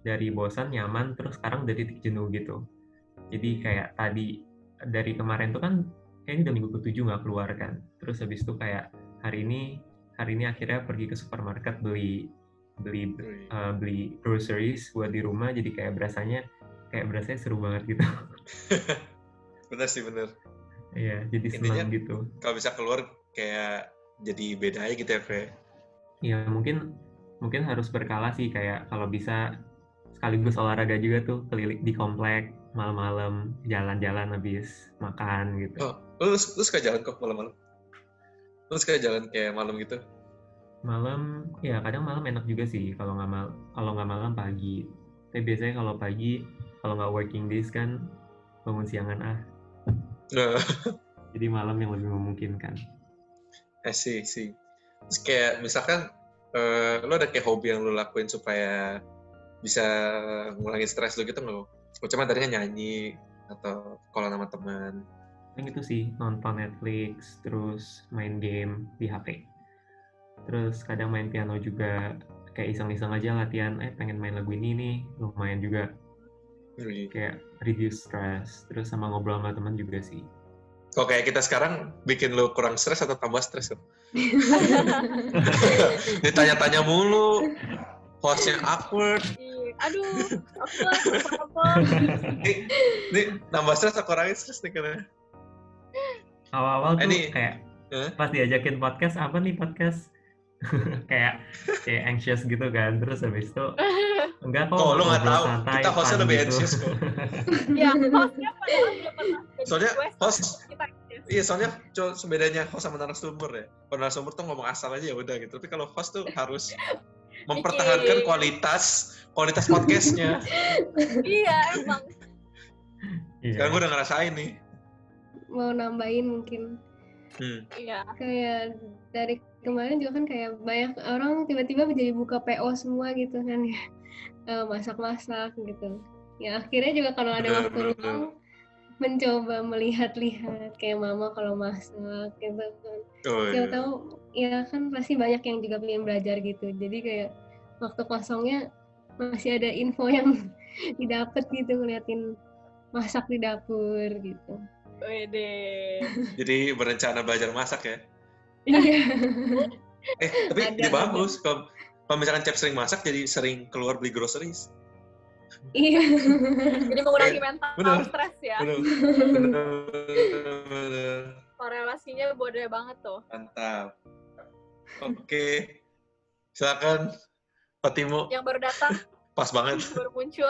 dari bosan nyaman terus sekarang udah titik jenuh gitu. Jadi kayak tadi dari kemarin tuh kan kayaknya udah minggu ketujuh nggak keluar kan. Terus habis itu kayak hari ini hari ini akhirnya pergi ke supermarket beli beli uh, beli groceries buat di rumah, jadi kayak berasanya kayak berasanya seru banget gitu. Bener sih, bener. Iya, jadi senang gitu. Kalau bisa keluar kayak jadi beda aja gitu ya, Fre. Iya, mungkin mungkin harus berkala sih, kayak kalau bisa sekaligus olahraga juga tuh, keliling di komplek malam-malam, jalan-jalan habis makan gitu. Oh, lu, lu suka jalan kok malam-malam? Lu suka jalan kayak malam gitu? Malam, ya kadang malam enak juga sih, kalau nggak mal kalau nggak malam pagi. Tapi biasanya kalau pagi, kalau nggak working days kan bangun siangan ah. Nah. Jadi malam yang lebih memungkinkan. Eh sih, sih. Terus kayak misalkan uh, lo ada kayak hobi yang lo lakuin supaya bisa ngurangin stres lo gitu nggak lo? Cuma tadinya nyanyi atau kalau sama teman. Yang itu sih, nonton Netflix, terus main game di H P. Terus kadang main piano juga, kayak iseng-iseng aja latihan, eh pengen main lagu ini nih, lumayan juga. Really? Kayak reduce stress, terus sama ngobrol sama teman juga sih. Kok kayak kita sekarang bikin lo kurang stres atau tambah stres lo? Ditanya-tanya mulu, hostnya awkward. Aduh, awkward, awkward. Ini, ini nambah stres atau kurangin stres nih karena? Awal-awal tuh ini, kayak huh? pas diajakin podcast, apa nih podcast? kayak kayak anxious gitu kan, terus habis itu enggak kok, oh, lo nggak tahu, santai, kita hostnya lebih gitu. Anxious kok. Ya, hostnya padahal belum pernah. Soalnya host, kita iya soalnya bedanya host sama narasumber ya. Kalau narasumber tuh ngomong asal aja ya udah gitu. Tapi kalau host tuh harus mempertahankan kualitas kualitas podcastnya. Iya emang. Sekarang gue udah ngerasain nih. Mau nambahin mungkin. Hmm. Iya. Kayak dari kemarin juga kan kayak banyak orang tiba-tiba menjadi buka P O semua gitu kan ya, uh, masak-masak gitu. Ya akhirnya juga kalau ada bener, waktu luang mencoba melihat-lihat kayak mama kalau masak gitu kan. Oh, siapa iya. tahu ya kan pasti banyak yang juga pengen belajar gitu. Jadi kayak waktu kosongnya masih ada info yang didapat gitu ngeliatin masak di dapur gitu. Wede. Jadi berencana belajar masak ya? Iya. eh tapi ini bagus. Kalau misalkan Cep sering masak, jadi sering keluar beli groceries. Iya. Jadi mengurangi eh, mental stres ya. Bener. Bener. Bener. Korelasinya bodoh banget tuh. Mantap. Oke. Silakan Pak Timo. Yang baru datang. Pas banget. Baru muncul.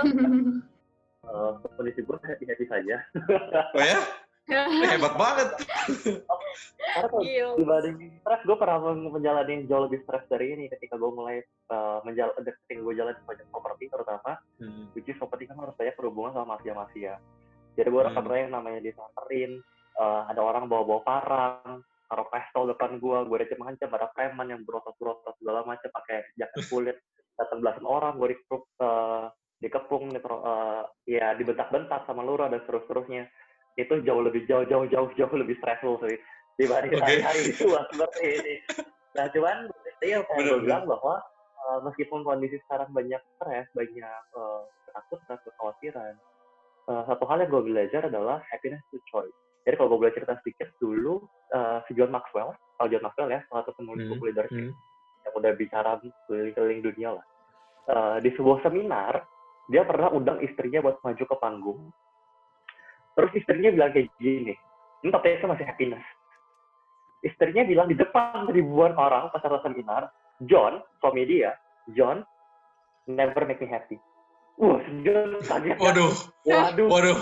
Uh, kondisi gue happy-happy saja. Oh ya? Hebat banget. Karena kalau dibanding stres, gue pernah menjalani jauh lebih stres dari ini ketika gue mulai uh, menjalankan ketika gue jalan banyak properti terutama, hmm. which is properti kan harus banyak berhubungan sama mafia-mafia. Jadi gue hmm. pernah yang namanya disamperin, uh, ada orang bawa-bawa parang, taruh pistol depan gue, gue dicem-cem, ada preman yang berotot-berotot segala macam pakai jaket kulit, datang belasan orang, gue dikepung, uh, dikepung, uh, ya dibentak-bentak sama lurah dan seterusnya. Itu jauh lebih jauh jauh jauh jauh lebih stressful sih dibanding okay. hari-hari itu seperti ini. Nah cuman ya kayak gue bilang bahwa uh, meskipun kondisi sekarang banyak stres, banyak uh, ketakutan, kekhawatiran, uh, satu hal yang gue belajar adalah happiness to choice. Jadi kalau gue boleh cerita sedikit dulu, uh, si John Maxwell, kalau John Maxwell ya, salah satu penulis buku hmm. leadership hmm. yang udah bicara keliling-keliling dunia lah. Uh, di sebuah seminar dia pernah undang istrinya buat maju ke panggung. Terus istrinya bilang kayak gini, ini topiknya masih happiness. Istrinya bilang di depan ribuan orang peserta seminar, John, suami dia, John, never make me happy. Wah, John kaget. Waduh, waduh, waduh.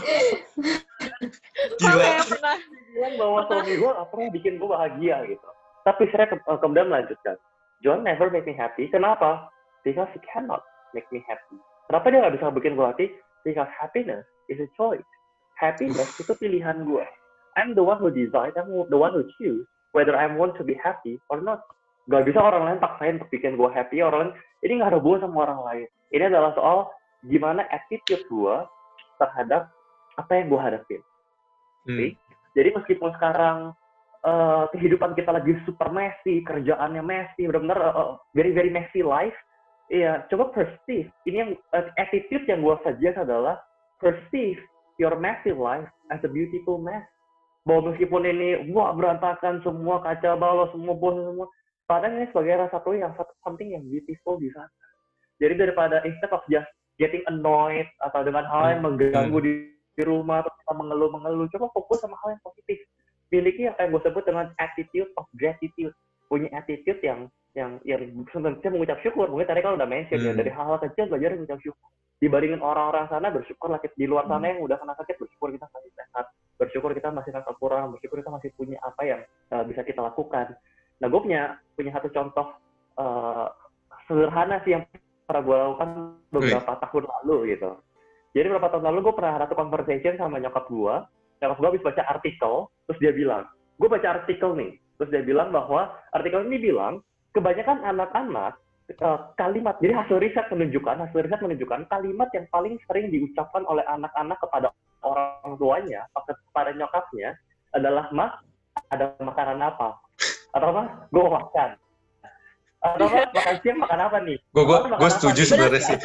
Gila. Pernah bilang bahwa suami gue gak pernah bikin gue bahagia gitu. Tapi saya ke- kemudian melanjutkan, John never make me happy. Kenapa? Because he cannot make me happy. Kenapa dia gak bisa bikin gue happy? Because happiness is a choice. Happiness itu pilihan gue. I'm the one who decide, I'm the one who choose whether I want to be happy or not. Gak bisa orang lain paksain untuk bikin gue happy. Orang lain, ini gak ada hubungan sama orang lain. Ini adalah soal gimana attitude gue terhadap apa yang gue hadapin. Hmm. Okay? Jadi meskipun sekarang uh, kehidupan kita lagi super messy, kerjaannya messy, benar-benar uh, very very messy life, iya, coba perceive. Ini yang uh, attitude yang gue suggest adalah perceive your messy life as a beautiful mess. Bahwa meskipun ini wah berantakan semua, kacau balau semua, bosan semua, padahal ini sebagai rasa satu yang something yang beautiful di sana. Jadi daripada instead of just getting annoyed atau dengan hal yang mengganggu di, di rumah atau kita mengeluh-mengeluh, coba fokus sama hal yang positif. Miliki yang kayak gue sebut dengan attitude of gratitude. Punya attitude yang yang yang sebenarnya mengucap syukur. Mungkin tadi kalau udah mention hmm. ya, dari hal-hal kecil belajar mengucap syukur. Dibandingin orang-orang sana, bersyukurlah di luar sana yang udah kena sakit, bersyukur kita masih sehat, bersyukur kita masih nggak kurang, bersyukur kita masih punya apa yang uh, bisa kita lakukan. Nah, gue punya punya satu contoh uh, sederhana sih yang pernah gue lakukan beberapa Wih. tahun lalu gitu. Jadi beberapa tahun lalu gue pernah ada satu conversation sama nyokap gue. Nyokap gue habis baca artikel, terus dia bilang, gue baca artikel nih, terus dia bilang bahwa artikel ini bilang kebanyakan anak-anak uh, kalimat, jadi hasil riset menunjukkan, hasil riset menunjukkan kalimat yang paling sering diucapkan oleh anak-anak kepada orang tuanya, kepada nyokapnya adalah, "Ma, ada makanan apa?" Atau "Ma, gue mau makan." Atau "Ma, makan siang makan apa nih?" Gue gue gue setuju sebenarnya sih.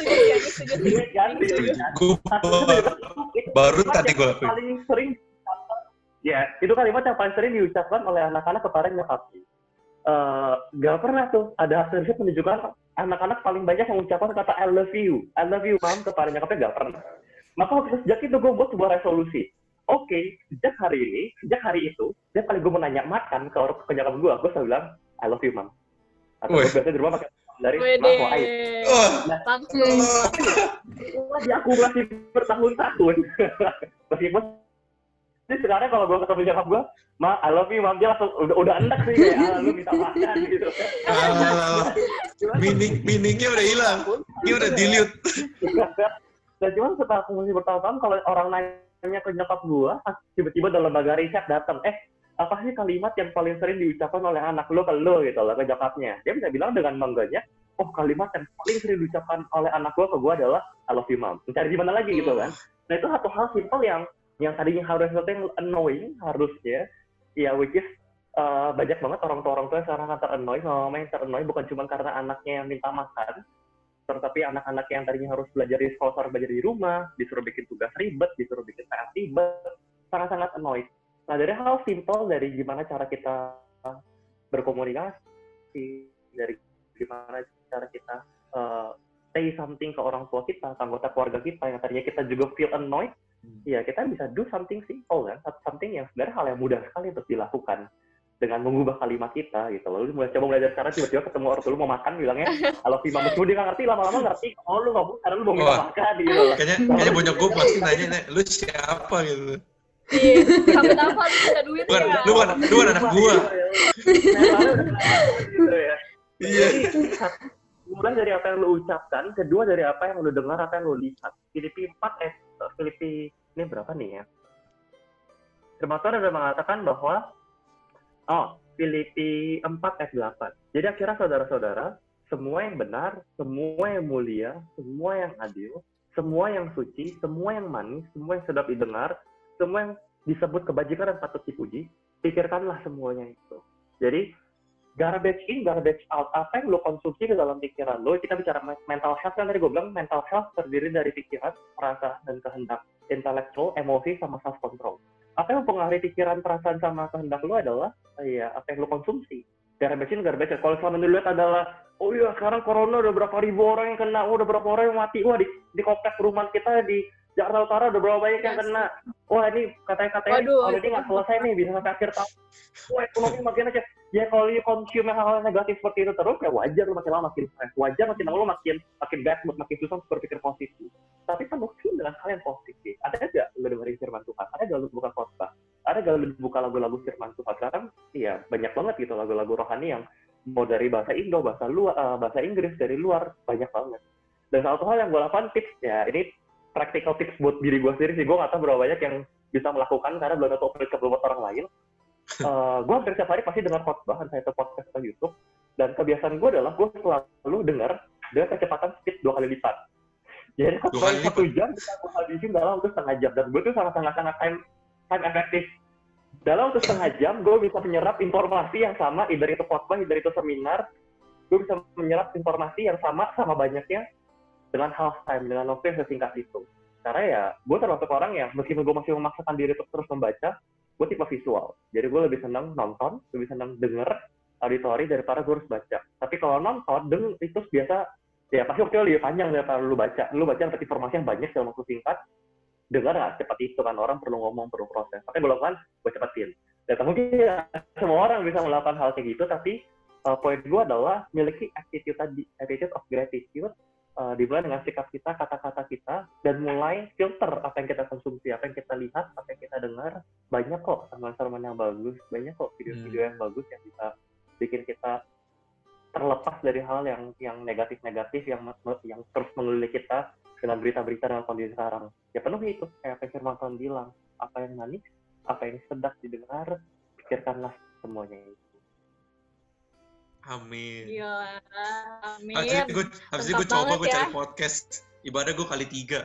Gue baru tadi gue lakuin. Paling sering, ya itu kalimat yang paling sering diucapkan oleh anak-anak kepada nyokapnya. Uh, gak pernah tuh ada hasil riset menunjukkan anak-anak paling banyak mengucapkan kata I love you, I love you mom kepada nyokapnya, gak pernah. Maka sejak itu gue buat sebuah resolusi. Oke, okay, sejak hari ini, sejak hari itu, setiap kali gue mau nanya makan ke orang ke nyokap gue, gue selalu bilang I love you mom. Atau gue biasanya di rumah pakai dari mom mau air. Nah, setelah diakumulasi bertahun-tahun, meskipun jadi sekarang kalau gue ketemu nyokap gue, "Ma, I love you, Mam," dia langsung udah udah enak sih kayak, "Ah, lu minta makan," gitu. Ah, meaning meaningnya udah hilang, dia udah dilute. Nah, cuman setelah aku masih bertahun-tahun, kalau orang nanya ke nyokap gue, tiba-tiba dalam lembaga riset datang, eh, apa sih kalimat yang paling sering diucapkan oleh anak lo ke lo gitu loh, ke nyokapnya. Dia bisa bilang dengan bangganya, oh kalimat yang paling sering diucapkan oleh anak gue ke gue adalah I love you, Mom. Mencari di mana lagi gitu kan. Nah, itu satu hal simpel yang yang tadinya harus sesuatu yang annoying harusnya, ya which is uh, banyak banget orang tua orang tua yang sekarang ter-annoy, mama yang ter-annoy bukan cuma karena anaknya yang minta makan, tetapi anak-anak yang tadinya harus belajar di sekolah, harus belajar di rumah, disuruh bikin tugas ribet, disuruh bikin P R ribet, sangat-sangat annoy. Nah, dari hal simple dari gimana cara kita berkomunikasi, dari gimana cara kita uh, say something ke orang tua kita, ke anggota keluarga kita yang tadinya kita juga feel annoyed, ya kita bisa do something simple kan, something yang sebenarnya hal yang mudah sekali untuk dilakukan dengan mengubah kalimat kita gitu. Lalu mulai coba belajar sekarang, tiba-tiba ketemu orang tua lu mau makan bilangnya kalau Vima meskipun dia nggak ngerti, lama-lama ngerti oh lu ngomong karena lu mau minta makan gitu. Kayaknya kayaknya bonyok gue pasti nanya, "Lu siapa?" gitu. Iya, sampai apa lu punya duit bukan, ya? Lu kan lu kan anak gua. Gitu ya. Iya. Mulai dari apa yang lu ucapkan, kedua dari apa yang lu dengar, apa yang lu lihat. Filipi empat eh Filipi ini berapa nih ya? Firman Tuhan sudah mengatakan bahwa oh, Filipi empat ayat delapan. Jadi akhirnya saudara-saudara, semua yang benar, semua yang mulia, semua yang adil, semua yang suci, semua yang manis, semua yang sedap didengar, semua yang disebut kebajikan dan patut dipuji, pikirkanlah semuanya itu. Jadi garbage in, garbage out. Apa yang lo konsumsi ke dalam pikiran lo, kita bicara mental health, kan tadi gue bilang mental health terdiri dari pikiran, perasaan, dan kehendak. Intellectual, emosi, sama self-control. Apa yang mempengaruhi pikiran, perasaan, sama kehendak lo adalah ya, apa yang lo konsumsi. Garbage in, garbage out. Kalau selama dulu lihat adalah, oh iya sekarang corona udah berapa ribu orang yang kena, oh, udah berapa orang yang mati, wah di, di kompleks perumahan kita di Jakarta Utara udah berapa banyak yang kena. Wah ini katanya-katanya kalau ini nggak selesai nih, bisa sampai akhir tahun. Wah ekonomi makin aja. Ya kalau you consume hal-hal negatif seperti itu terus, ya wajar lu makin lama makin stres. Wajar makin lama lu makin makin bad mood, makin susah untuk berpikir positif. Tapi kan mungkin dengan hal yang positif. Ada nggak lu dengerin firman Tuhan? Ada nggak lu buka khotbah? Ada nggak lu buka lagu-lagu firman Tuhan? Sekarang iya banyak banget gitu lagu-lagu rohani yang mau dari bahasa Indo, bahasa luar, uh, bahasa Inggris dari luar, banyak banget. Dan satu hal yang gue lakukan tips ya, ini practical tips buat diri gue sendiri sih. Gue nggak tahu berapa banyak yang bisa melakukan karena belum tahu aplikasi buat orang lain. Uh, gue hampir setiap hari pasti dengar khotbah, entah itu podcast atau YouTube. Dan kebiasaan gue adalah gue selalu dengar dengan kecepatan speed dua kali lipat. Jadi khotbah satu jam bisa gue habisin dalam waktu setengah jam. Dan gue tuh sangat-sangat time time efektif. Dalam waktu setengah jam gue bisa menyerap informasi yang sama, either itu khotbah, either itu seminar, gue bisa menyerap informasi yang sama sama banyaknya dengan half time, dengan waktu yang sesingkat itu. Karena ya gue termasuk orang yang meskipun gue masih memaksakan diri untuk terus membaca, gue tipe visual. Jadi gue lebih senang nonton, lebih senang denger auditori daripada gue harus baca. Tapi kalau nonton, denger itu biasa ya pasti waktunya lebih panjang daripada lu baca. Lu baca dapat informasi yang banyak dalam waktu singkat, dengar nggak cepat itu kan, orang perlu ngomong, perlu proses. Tapi belum kan, gue cepetin. Dan mungkin ya, semua orang bisa melakukan hal kayak gitu, tapi uh, poin gue adalah miliki attitude tadi, attitude of gratitude, uh, dimulai dengan sikap kita, kata-kata kita, dan mulai filter apa yang kita konsumsi, apa yang kita lihat, apa yang kita dengar. Banyak kok sermon-sermon yang bagus, banyak kok video-video yang bagus yang bisa bikin kita terlepas dari hal yang yang negatif-negatif, yang yang terus mengelilingi kita dengan berita-berita dengan kondisi sekarang. Ya penuh itu, kayak Pak Firman bilang, apa yang manis, apa yang sedap didengar, pikirkanlah semuanya itu. Amin. Iya, amin. Habis itu gue, habis itu gue coba gue ya. Cari podcast, ibadah gue kali tiga.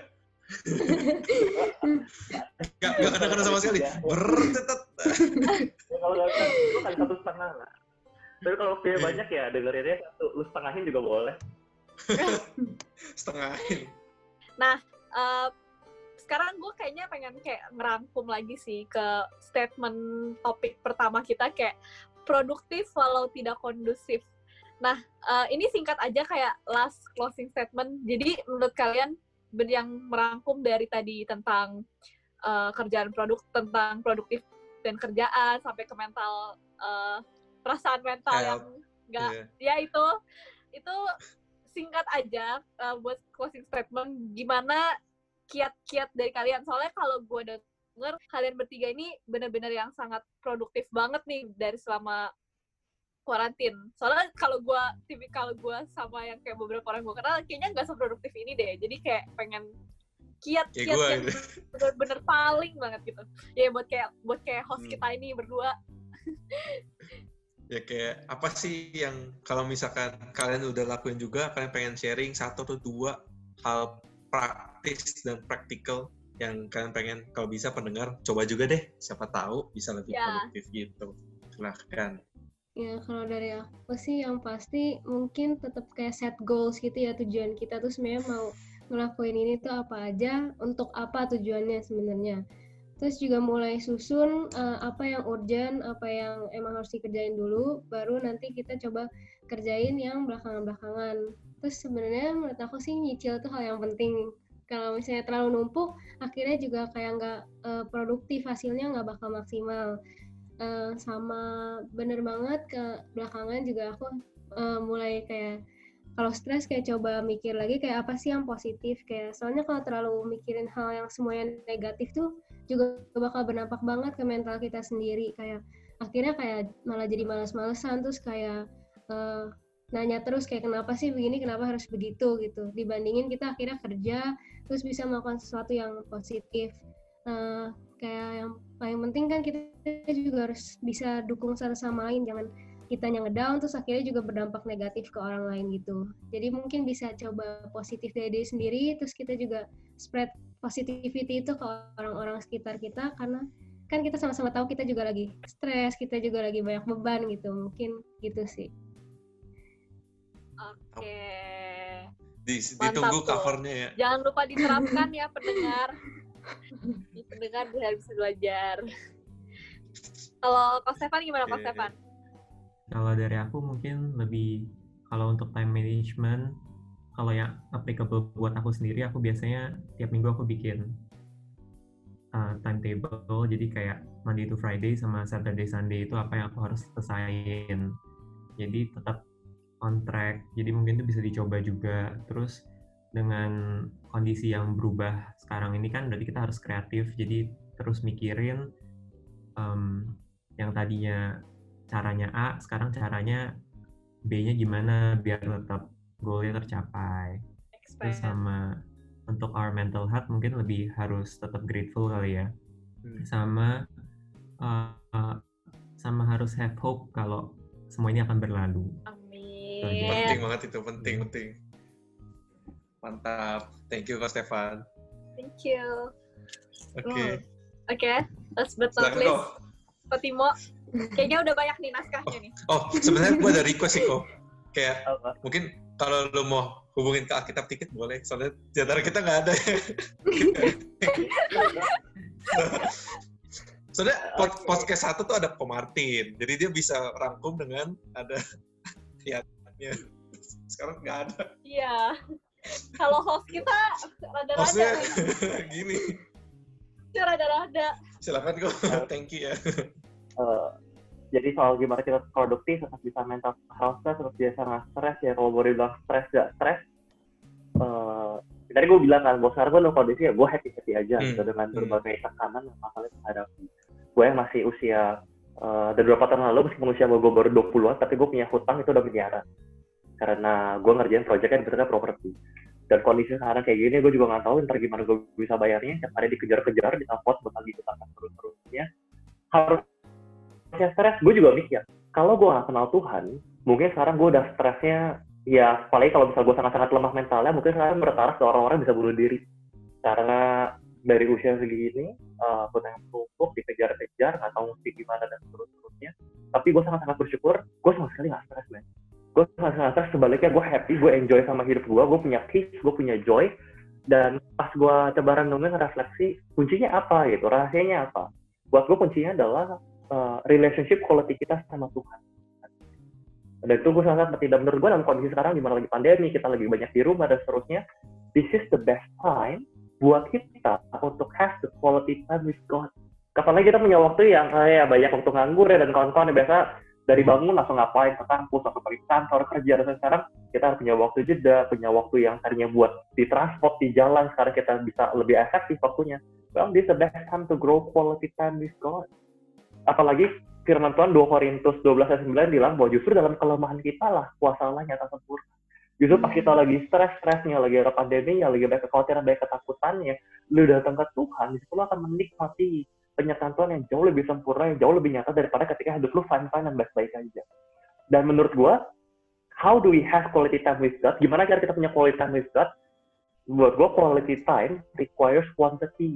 Gak, gak kena-kena sama sekali. Bertetet. Kalau gak kena, gue kali satu setengah lah. Tapi kalau waktunya yeah. banyak ya, dengerinnya satu, lu setengahin juga boleh. Setengahin. Nah, uh, sekarang gue kayaknya pengen kayak ngerangkum lagi sih ke statement topik pertama kita, kayak produktif walau tidak kondusif. Nah, uh, ini singkat aja kayak last closing statement. Jadi menurut kalian yang merangkum dari tadi tentang uh, kerjaan produk, tentang produktif dan kerjaan sampai ke mental, uh, perasaan mental Help. yang nggak, yeah. ya itu, itu singkat aja uh, buat closing statement. Gimana kiat-kiat dari kalian? Soalnya kalau gue denger kalian bertiga ini benar-benar yang sangat produktif banget nih dari selama kuarantin. Soalnya kalau gue, tipikal gue sama yang kayak beberapa orang gue kenal, kayaknya nggak seproduktif ini deh. Jadi kayak pengen kiat-kiat ya yang benar-benar paling banget gitu. Ya buat kayak buat kayak host hmm. kita ini berdua. Ya kayak apa sih yang kalau misalkan kalian udah lakuin juga, kalian pengen sharing satu atau dua hal praktis dan praktikal yang kalian pengen, kalau bisa pendengar coba juga deh, siapa tahu bisa lebih ya. produktif gitu. Silahkan. Ya kalau dari aku sih yang pasti mungkin tetap kayak set goals gitu ya, tujuan kita tuh sebenarnya mau ngelakuin ini tuh apa aja, untuk apa tujuannya sebenarnya. Terus juga mulai susun uh, apa yang urgent, apa yang emang harus dikerjain dulu, baru nanti kita coba kerjain yang belakangan-belakangan. Terus sebenarnya menurut aku sih nyicil tuh hal yang penting. Kalau misalnya terlalu numpuk, akhirnya juga kayak nggak uh, produktif, hasilnya nggak bakal maksimal. Uh, sama bener banget ke belakangan juga aku uh, mulai kayak kalau stres kayak coba mikir lagi kayak apa sih yang positif, kayak soalnya kalau terlalu mikirin hal yang semuanya negatif tuh juga bakal berdampak banget ke mental kita sendiri, kayak akhirnya kayak malah jadi malas-malesan, terus kayak uh, nanya terus kayak kenapa sih begini, kenapa harus begitu gitu, dibandingin kita akhirnya kerja terus bisa melakukan sesuatu yang positif. Uh, kayak yang paling penting kan kita juga harus bisa dukung satu sama lain, jangan kita yang ngedown terus akhirnya juga berdampak negatif ke orang lain gitu. Jadi mungkin bisa coba positif dari diri sendiri, terus kita juga spread positivity itu ke orang-orang sekitar kita, karena kan kita sama-sama tahu kita juga lagi stres, kita juga lagi banyak beban gitu, mungkin gitu sih. Oke. Di, ditunggu covernya ya. Jangan lupa diterapkan ya pendengar. Di pendengar biar bisa belajar. Kalau Kak Stefan gimana Kak Stefan? Kalau dari aku mungkin lebih, kalau untuk time management, kalau yang applicable buat aku sendiri, aku biasanya tiap minggu aku bikin uh, timetable, jadi kayak Monday to Friday sama Saturday Sunday itu apa yang aku harus selesaiin. Jadi tetap on track, jadi mungkin itu bisa dicoba juga. Terus dengan kondisi yang berubah sekarang ini kan berarti kita harus kreatif, jadi terus mikirin um, yang tadinya caranya A, sekarang caranya B-nya gimana biar tetap goal-nya tercapai. Terus sama untuk our mental health mungkin lebih harus tetap grateful kali ya. Hmm. Sama uh, uh, sama harus have hope kalau semua ini akan berlalu. Amin. Penting banget itu, penting, hmm. penting. Mantap. Thank you Kak Stefan. Thank you. Oke. Okay. Hmm. Oke, okay. Last but not least, Pak Timo. Kayaknya udah banyak nih naskahnya nih. Oh, oh sebenarnya gue ada request sih kok. kayak Apa? mungkin kalau lu mau hubungin ke Alkitab dikit boleh, soalnya di antara kita nggak ada. Soalnya pod- Oke. podcast satu tuh ada Ko Martin, jadi dia bisa rangkum dengan ada lihatnya. Sekarang nggak ada. Iya. Kalau host kita rada-rada. Maksudnya gini. Dia rada-rada. Silakan kok. Thank you ya. Eh, jadi soal gimana kita produktif, tetap bisa mental health, terus biasa nggak stres ya. Kalau boleh bilang stres gak stres, eh, tadi gue bilang kan, gue sekarang gue dalam kondisi ya gue happy happy aja Hmm. gitu, dengan Hmm. berbagai tekanan yang masalah yang hadapi. Gue yang masih usia eh, dari beberapa tahun lalu, meskipun usia gue baru dua puluhan, tapi gue punya hutang itu udah miliaran. Karena gue ngerjain proyeknya di properti. Dan kondisi sekarang kayak gini, gue juga nggak tahu ntar gimana gue bisa bayarnya. Tiap hari dikejar-kejar, ditelepon, buat lagi utang terus-terusnya. Harusnya stres, gue juga mikir, kalau gue nggak kenal Tuhan, mungkin sekarang gue udah stresnya, ya apalagi kalau misalnya gue sangat-sangat lemah mentalnya, mungkin sekarang bertaraf ke orang-orang bisa bunuh diri. Karena dari usia segini, uh, gue yang tumpuk, dikejar-kejar, nggak tahu mesti gimana dan terus-terusnya. Tapi gue sangat-sangat bersyukur, gue sama sekali nggak stres, man. Gue sangat-sangat stres, sebaliknya gue happy, gue enjoy sama hidup gue, gue punya peace, gue punya joy. Dan pas gue coba renungin, refleksi, kuncinya apa gitu, rahasianya apa? Buat gue kuncinya adalah uh, relationship quality kita sama Tuhan. Dan itu gue sangat penting. Dan menurut gue dalam kondisi sekarang, dimana lagi pandemi, kita lagi banyak di rumah dan seterusnya, this is the best time buat kita untuk have the quality time with God. Apalagi kita punya waktu yang kayak banyak waktu nganggur ya, dan kawan-kawan yang biasa dari bangun langsung ngapain ke kampus, atau pergi kantor, kerja. Dan sekarang kita harus punya waktu jeda, punya waktu yang tadinya buat di transport, di jalan, sekarang kita bisa lebih efektif waktunya. Well, this is the best time to grow quality time with God. Apalagi firman Tuhan dua Korintus dua belas ayat sembilan bilang bahwa justru dalam kelemahan kita lah kuasa Allah nyata sempurna. Justru pas kita lagi stres-stresnya, lagi ada pandemi, lagi banyak kekhawatiran, banyak ketakutannya, lu datang ke Tuhan, disitu lu akan menikmati penyertaan Tuhan yang jauh lebih sempurna, yang jauh lebih nyata daripada ketika hidup lu fine-fine dan baik-baik aja. Dan menurut gua, how do we have quality time with God? Gimana cara kita punya quality time with God? Buat gua, quality time requires quantity.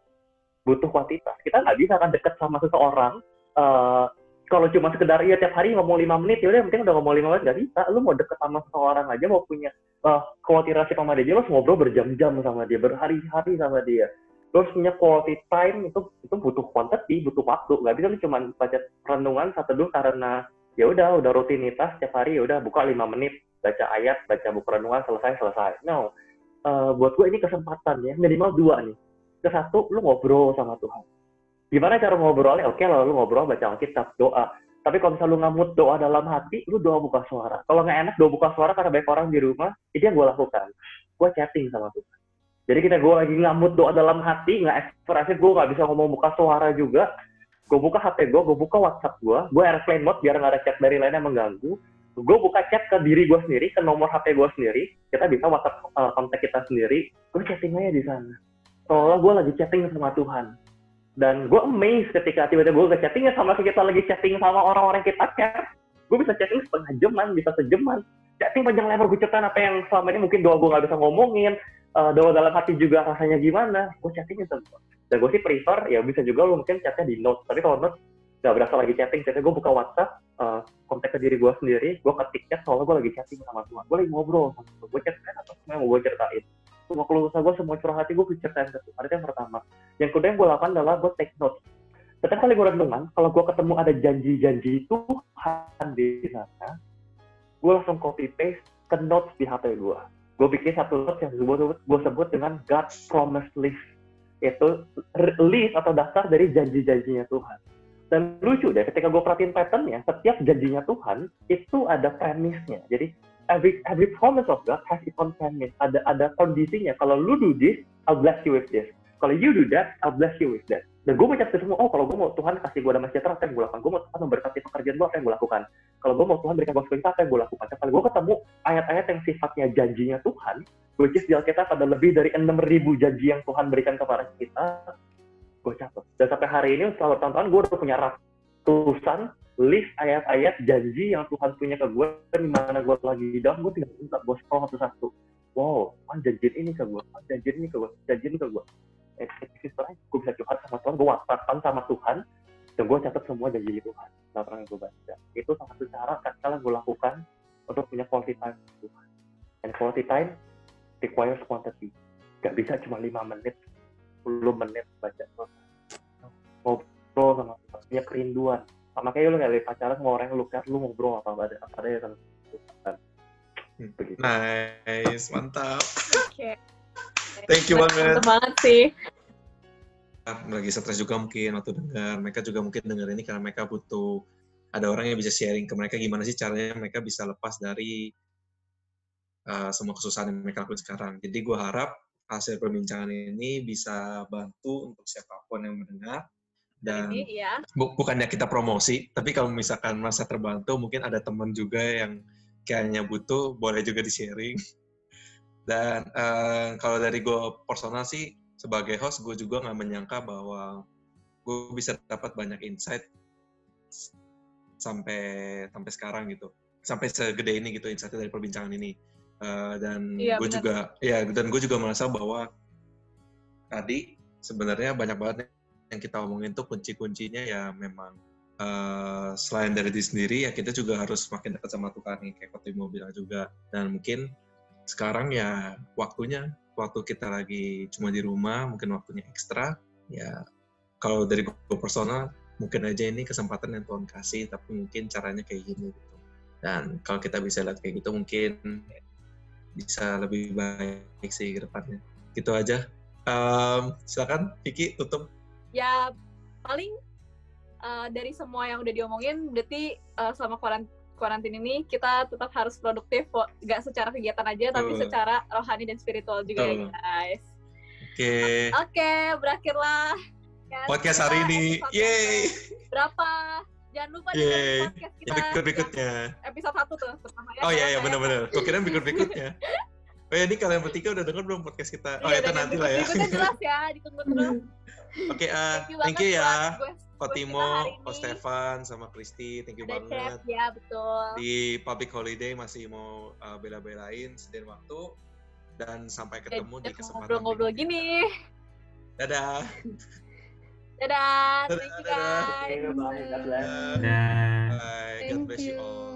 Butuh kuantitas. Kita nggak bisa kan deket sama seseorang, uh, kalau cuma sekedar iya tiap hari ngomong lima menit, ya udah yang penting udah ngomong lima menit, nggak bisa. Lu mau deket sama seseorang aja, mau punya uh, quality relationship sama dia, lu harus ngobrol berjam-jam sama dia, berhari-hari sama dia. Lu harus punya quality time, itu itu butuh quantity, butuh waktu. Nggak bisa lu cuma baca renungan satu dulu karena ya udah udah rutinitas tiap hari, ya udah buka lima menit, baca ayat, baca buku renungan, selesai selesai. No, uh, buat gue ini kesempatan ya, minimal dua nih. Ke satu, lu ngobrol sama Tuhan. Gimana cara ngobrolnya? Oke, lalu lu ngobrol, baca Alkitab, doa. Tapi kalau misalnya lu ngamut doa dalam hati, lu doa buka suara. Kalau nggak enak doa buka suara karena banyak orang di rumah, itu yang gue lakukan. Gue chatting sama Tuhan. Jadi kita gue lagi ngamut doa dalam hati, nggak ekspresi, gue nggak bisa ngomong buka suara juga. Gue buka H P gue, gue buka WhatsApp gue, gue airplane mode biar nggak ada chat dari lain yang mengganggu. Gue buka chat ke diri gue sendiri, ke nomor H P gue sendiri. Kita bisa WhatsApp uh, kontak kita sendiri. Gue chatting aja di sana. Soalnya gue lagi chatting sama Tuhan. Dan gue amazed ketika tiba-tiba gue chattingnya sama kita lagi chatting sama orang-orang kita chat. Gue bisa chatting setengah jaman, bisa sejaman. Chatting panjang lebar, gue ceritain apa yang selama ini mungkin doa gue gak bisa ngomongin. Uh, doa dalam hati juga rasanya gimana. Gue chattingnya semua. Dan gue sih prefer, ya bisa juga lo mungkin chatnya di notes. Tapi kalau notes gak berasa lagi chatting, chatnya gue buka WhatsApp, uh, kontak ke diri gue sendiri, gue ketik chat soalnya gue lagi chatting sama Tuhan. Gue lagi ngobrol sama Tuhan. Gue chat apa semua yang mau gue ceritain. Semua keluh kesah gue, semua curah hati gue ceritain ke Tuhan. Itu yang pertama. Yang kedua yang gue lakukan adalah gue take notes. Setiap kali gue renungan, kalau gue ketemu ada janji-janji Tuhan di sana, gue langsung copy paste ke notes di H P gue. Gue bikin satu notes yang gue sebut, gue sebut dengan God Promise List. Itu list atau daftar dari janji-janjinya Tuhan. Dan lucu deh, ketika gue perhatiin patternnya, setiap janjinya Tuhan itu ada premisnya. Jadi every every promise of God has its own premise. Ada ada kondisinya. Kalau lu do this, I'll bless you with this. Kalau you do that, I'll bless you with that. Dan gue baca itu semua, oh kalau gue mau Tuhan kasih gue damai sejahtera, apa yang gue lakukan? Gue mau Tuhan memberkati pekerjaan gue, apa yang gue lakukan? Kalau gue mau Tuhan berikan gue sesuatu, apa yang gue lakukan? Kalau gue ketemu ayat-ayat yang sifatnya janjinya Tuhan, which is di Alkitab ada lebih dari enam ribu janji yang Tuhan berikan kepada kita, gue catat. Dan sampai hari ini, setelah bertahun-tahun, gue udah punya ratusan list ayat-ayat janji yang Tuhan punya ke gue, di mana gue lagi down, gue tinggal minta, gue scroll satu-satu. Wow, Tuhan janjiin ini ke gue, Tuhan janjiin ini ke gue, janjiin ini ke gue. Eh, gue bisa curhat sama Tuhan, gue whatsappan sama Tuhan, dan gue catat semua janji Tuhan, laporan yang gue baca. Itu salah satu cara, kadang-kadang gue lakukan untuk punya quality time. And quality time requires quantity. Gak bisa cuma lima menit, sepuluh menit baca ngobrol sama punya kerinduan. Sama kayak lu nggak lagi pacaran sama orang yang lu lihat, lu ngobrol apa ada apa ada sama begitu. Nice, mantap. Oke. Thank you banget. Mantap banget sih. Lagi stres juga mungkin waktu dengar. Mereka juga mungkin dengar ini karena mereka butuh ada orang yang bisa sharing ke mereka gimana sih caranya mereka bisa lepas dari uh, semua kesusahan yang mereka lakukan sekarang. Jadi gue harap hasil perbincangan ini bisa bantu untuk siapapun yang mendengar. Dan Ini, ya. bu- bukannya kita promosi, tapi kalau misalkan merasa terbantu, mungkin ada teman juga yang kayaknya butuh, boleh juga di-sharing. Dan uh, kalau dari gue personal sih, sebagai host, gue juga nggak menyangka bahwa gue bisa dapat banyak insight sampai sampai sekarang gitu, sampai segede ini gitu insight dari perbincangan ini. Uh, dan Iya, gue benar. juga, ya dan gue juga merasa bahwa tadi sebenarnya banyak banget yang kita omongin tuh kunci-kuncinya ya memang uh, selain dari diri sendiri ya kita juga harus makin dekat sama Tuhan nih kayak Kotimo bilang juga. Dan mungkin sekarang ya waktunya waktu kita lagi cuma di rumah mungkin waktunya ekstra ya kalau dari gue personal mungkin aja ini kesempatan yang Tuhan kasih tapi mungkin caranya kayak gini gitu. Dan kalau kita bisa lihat kayak gitu mungkin bisa lebih baik sih ke depannya. Gitu aja. Um, silakan Vicky tutup. Ya paling uh, dari semua yang udah diomongin berarti uh, selama kuarant- kuarantin ini kita tetap harus produktif, gak secara kegiatan aja tapi Uh. secara rohani dan spiritual juga Uh. ya guys. Oke. Okay. Oke, okay, berakhirlah podcast hari ini. Yeay. Berapa? Jangan lupa Yeay. dengerin podcast kita. Yang berikutnya. Episode satu tuh pertama ya. Oh iya iya benar-benar. Gue kira berikut-berikutnya. Oh ya, ini kalian bertiga udah denger belum podcast kita? Oh iya, itu nanti lah ya. Berikutnya jelas ya, ditunggu terus. Oke, okay, uh, thank you, thank you ya. Kotimo, Ko Stefan, sama Kristi, thank you ada banget. Chef, ya betul. Di public holiday masih mau uh, bela-belain sediain waktu. Dan sampai ketemu Dan di kesempatan ngobrol-ngobrol gini. Dadah. Dadah. Dadah. Thank you Dadah. guys. Bye. God bless. Dah. Bye. God bless you all.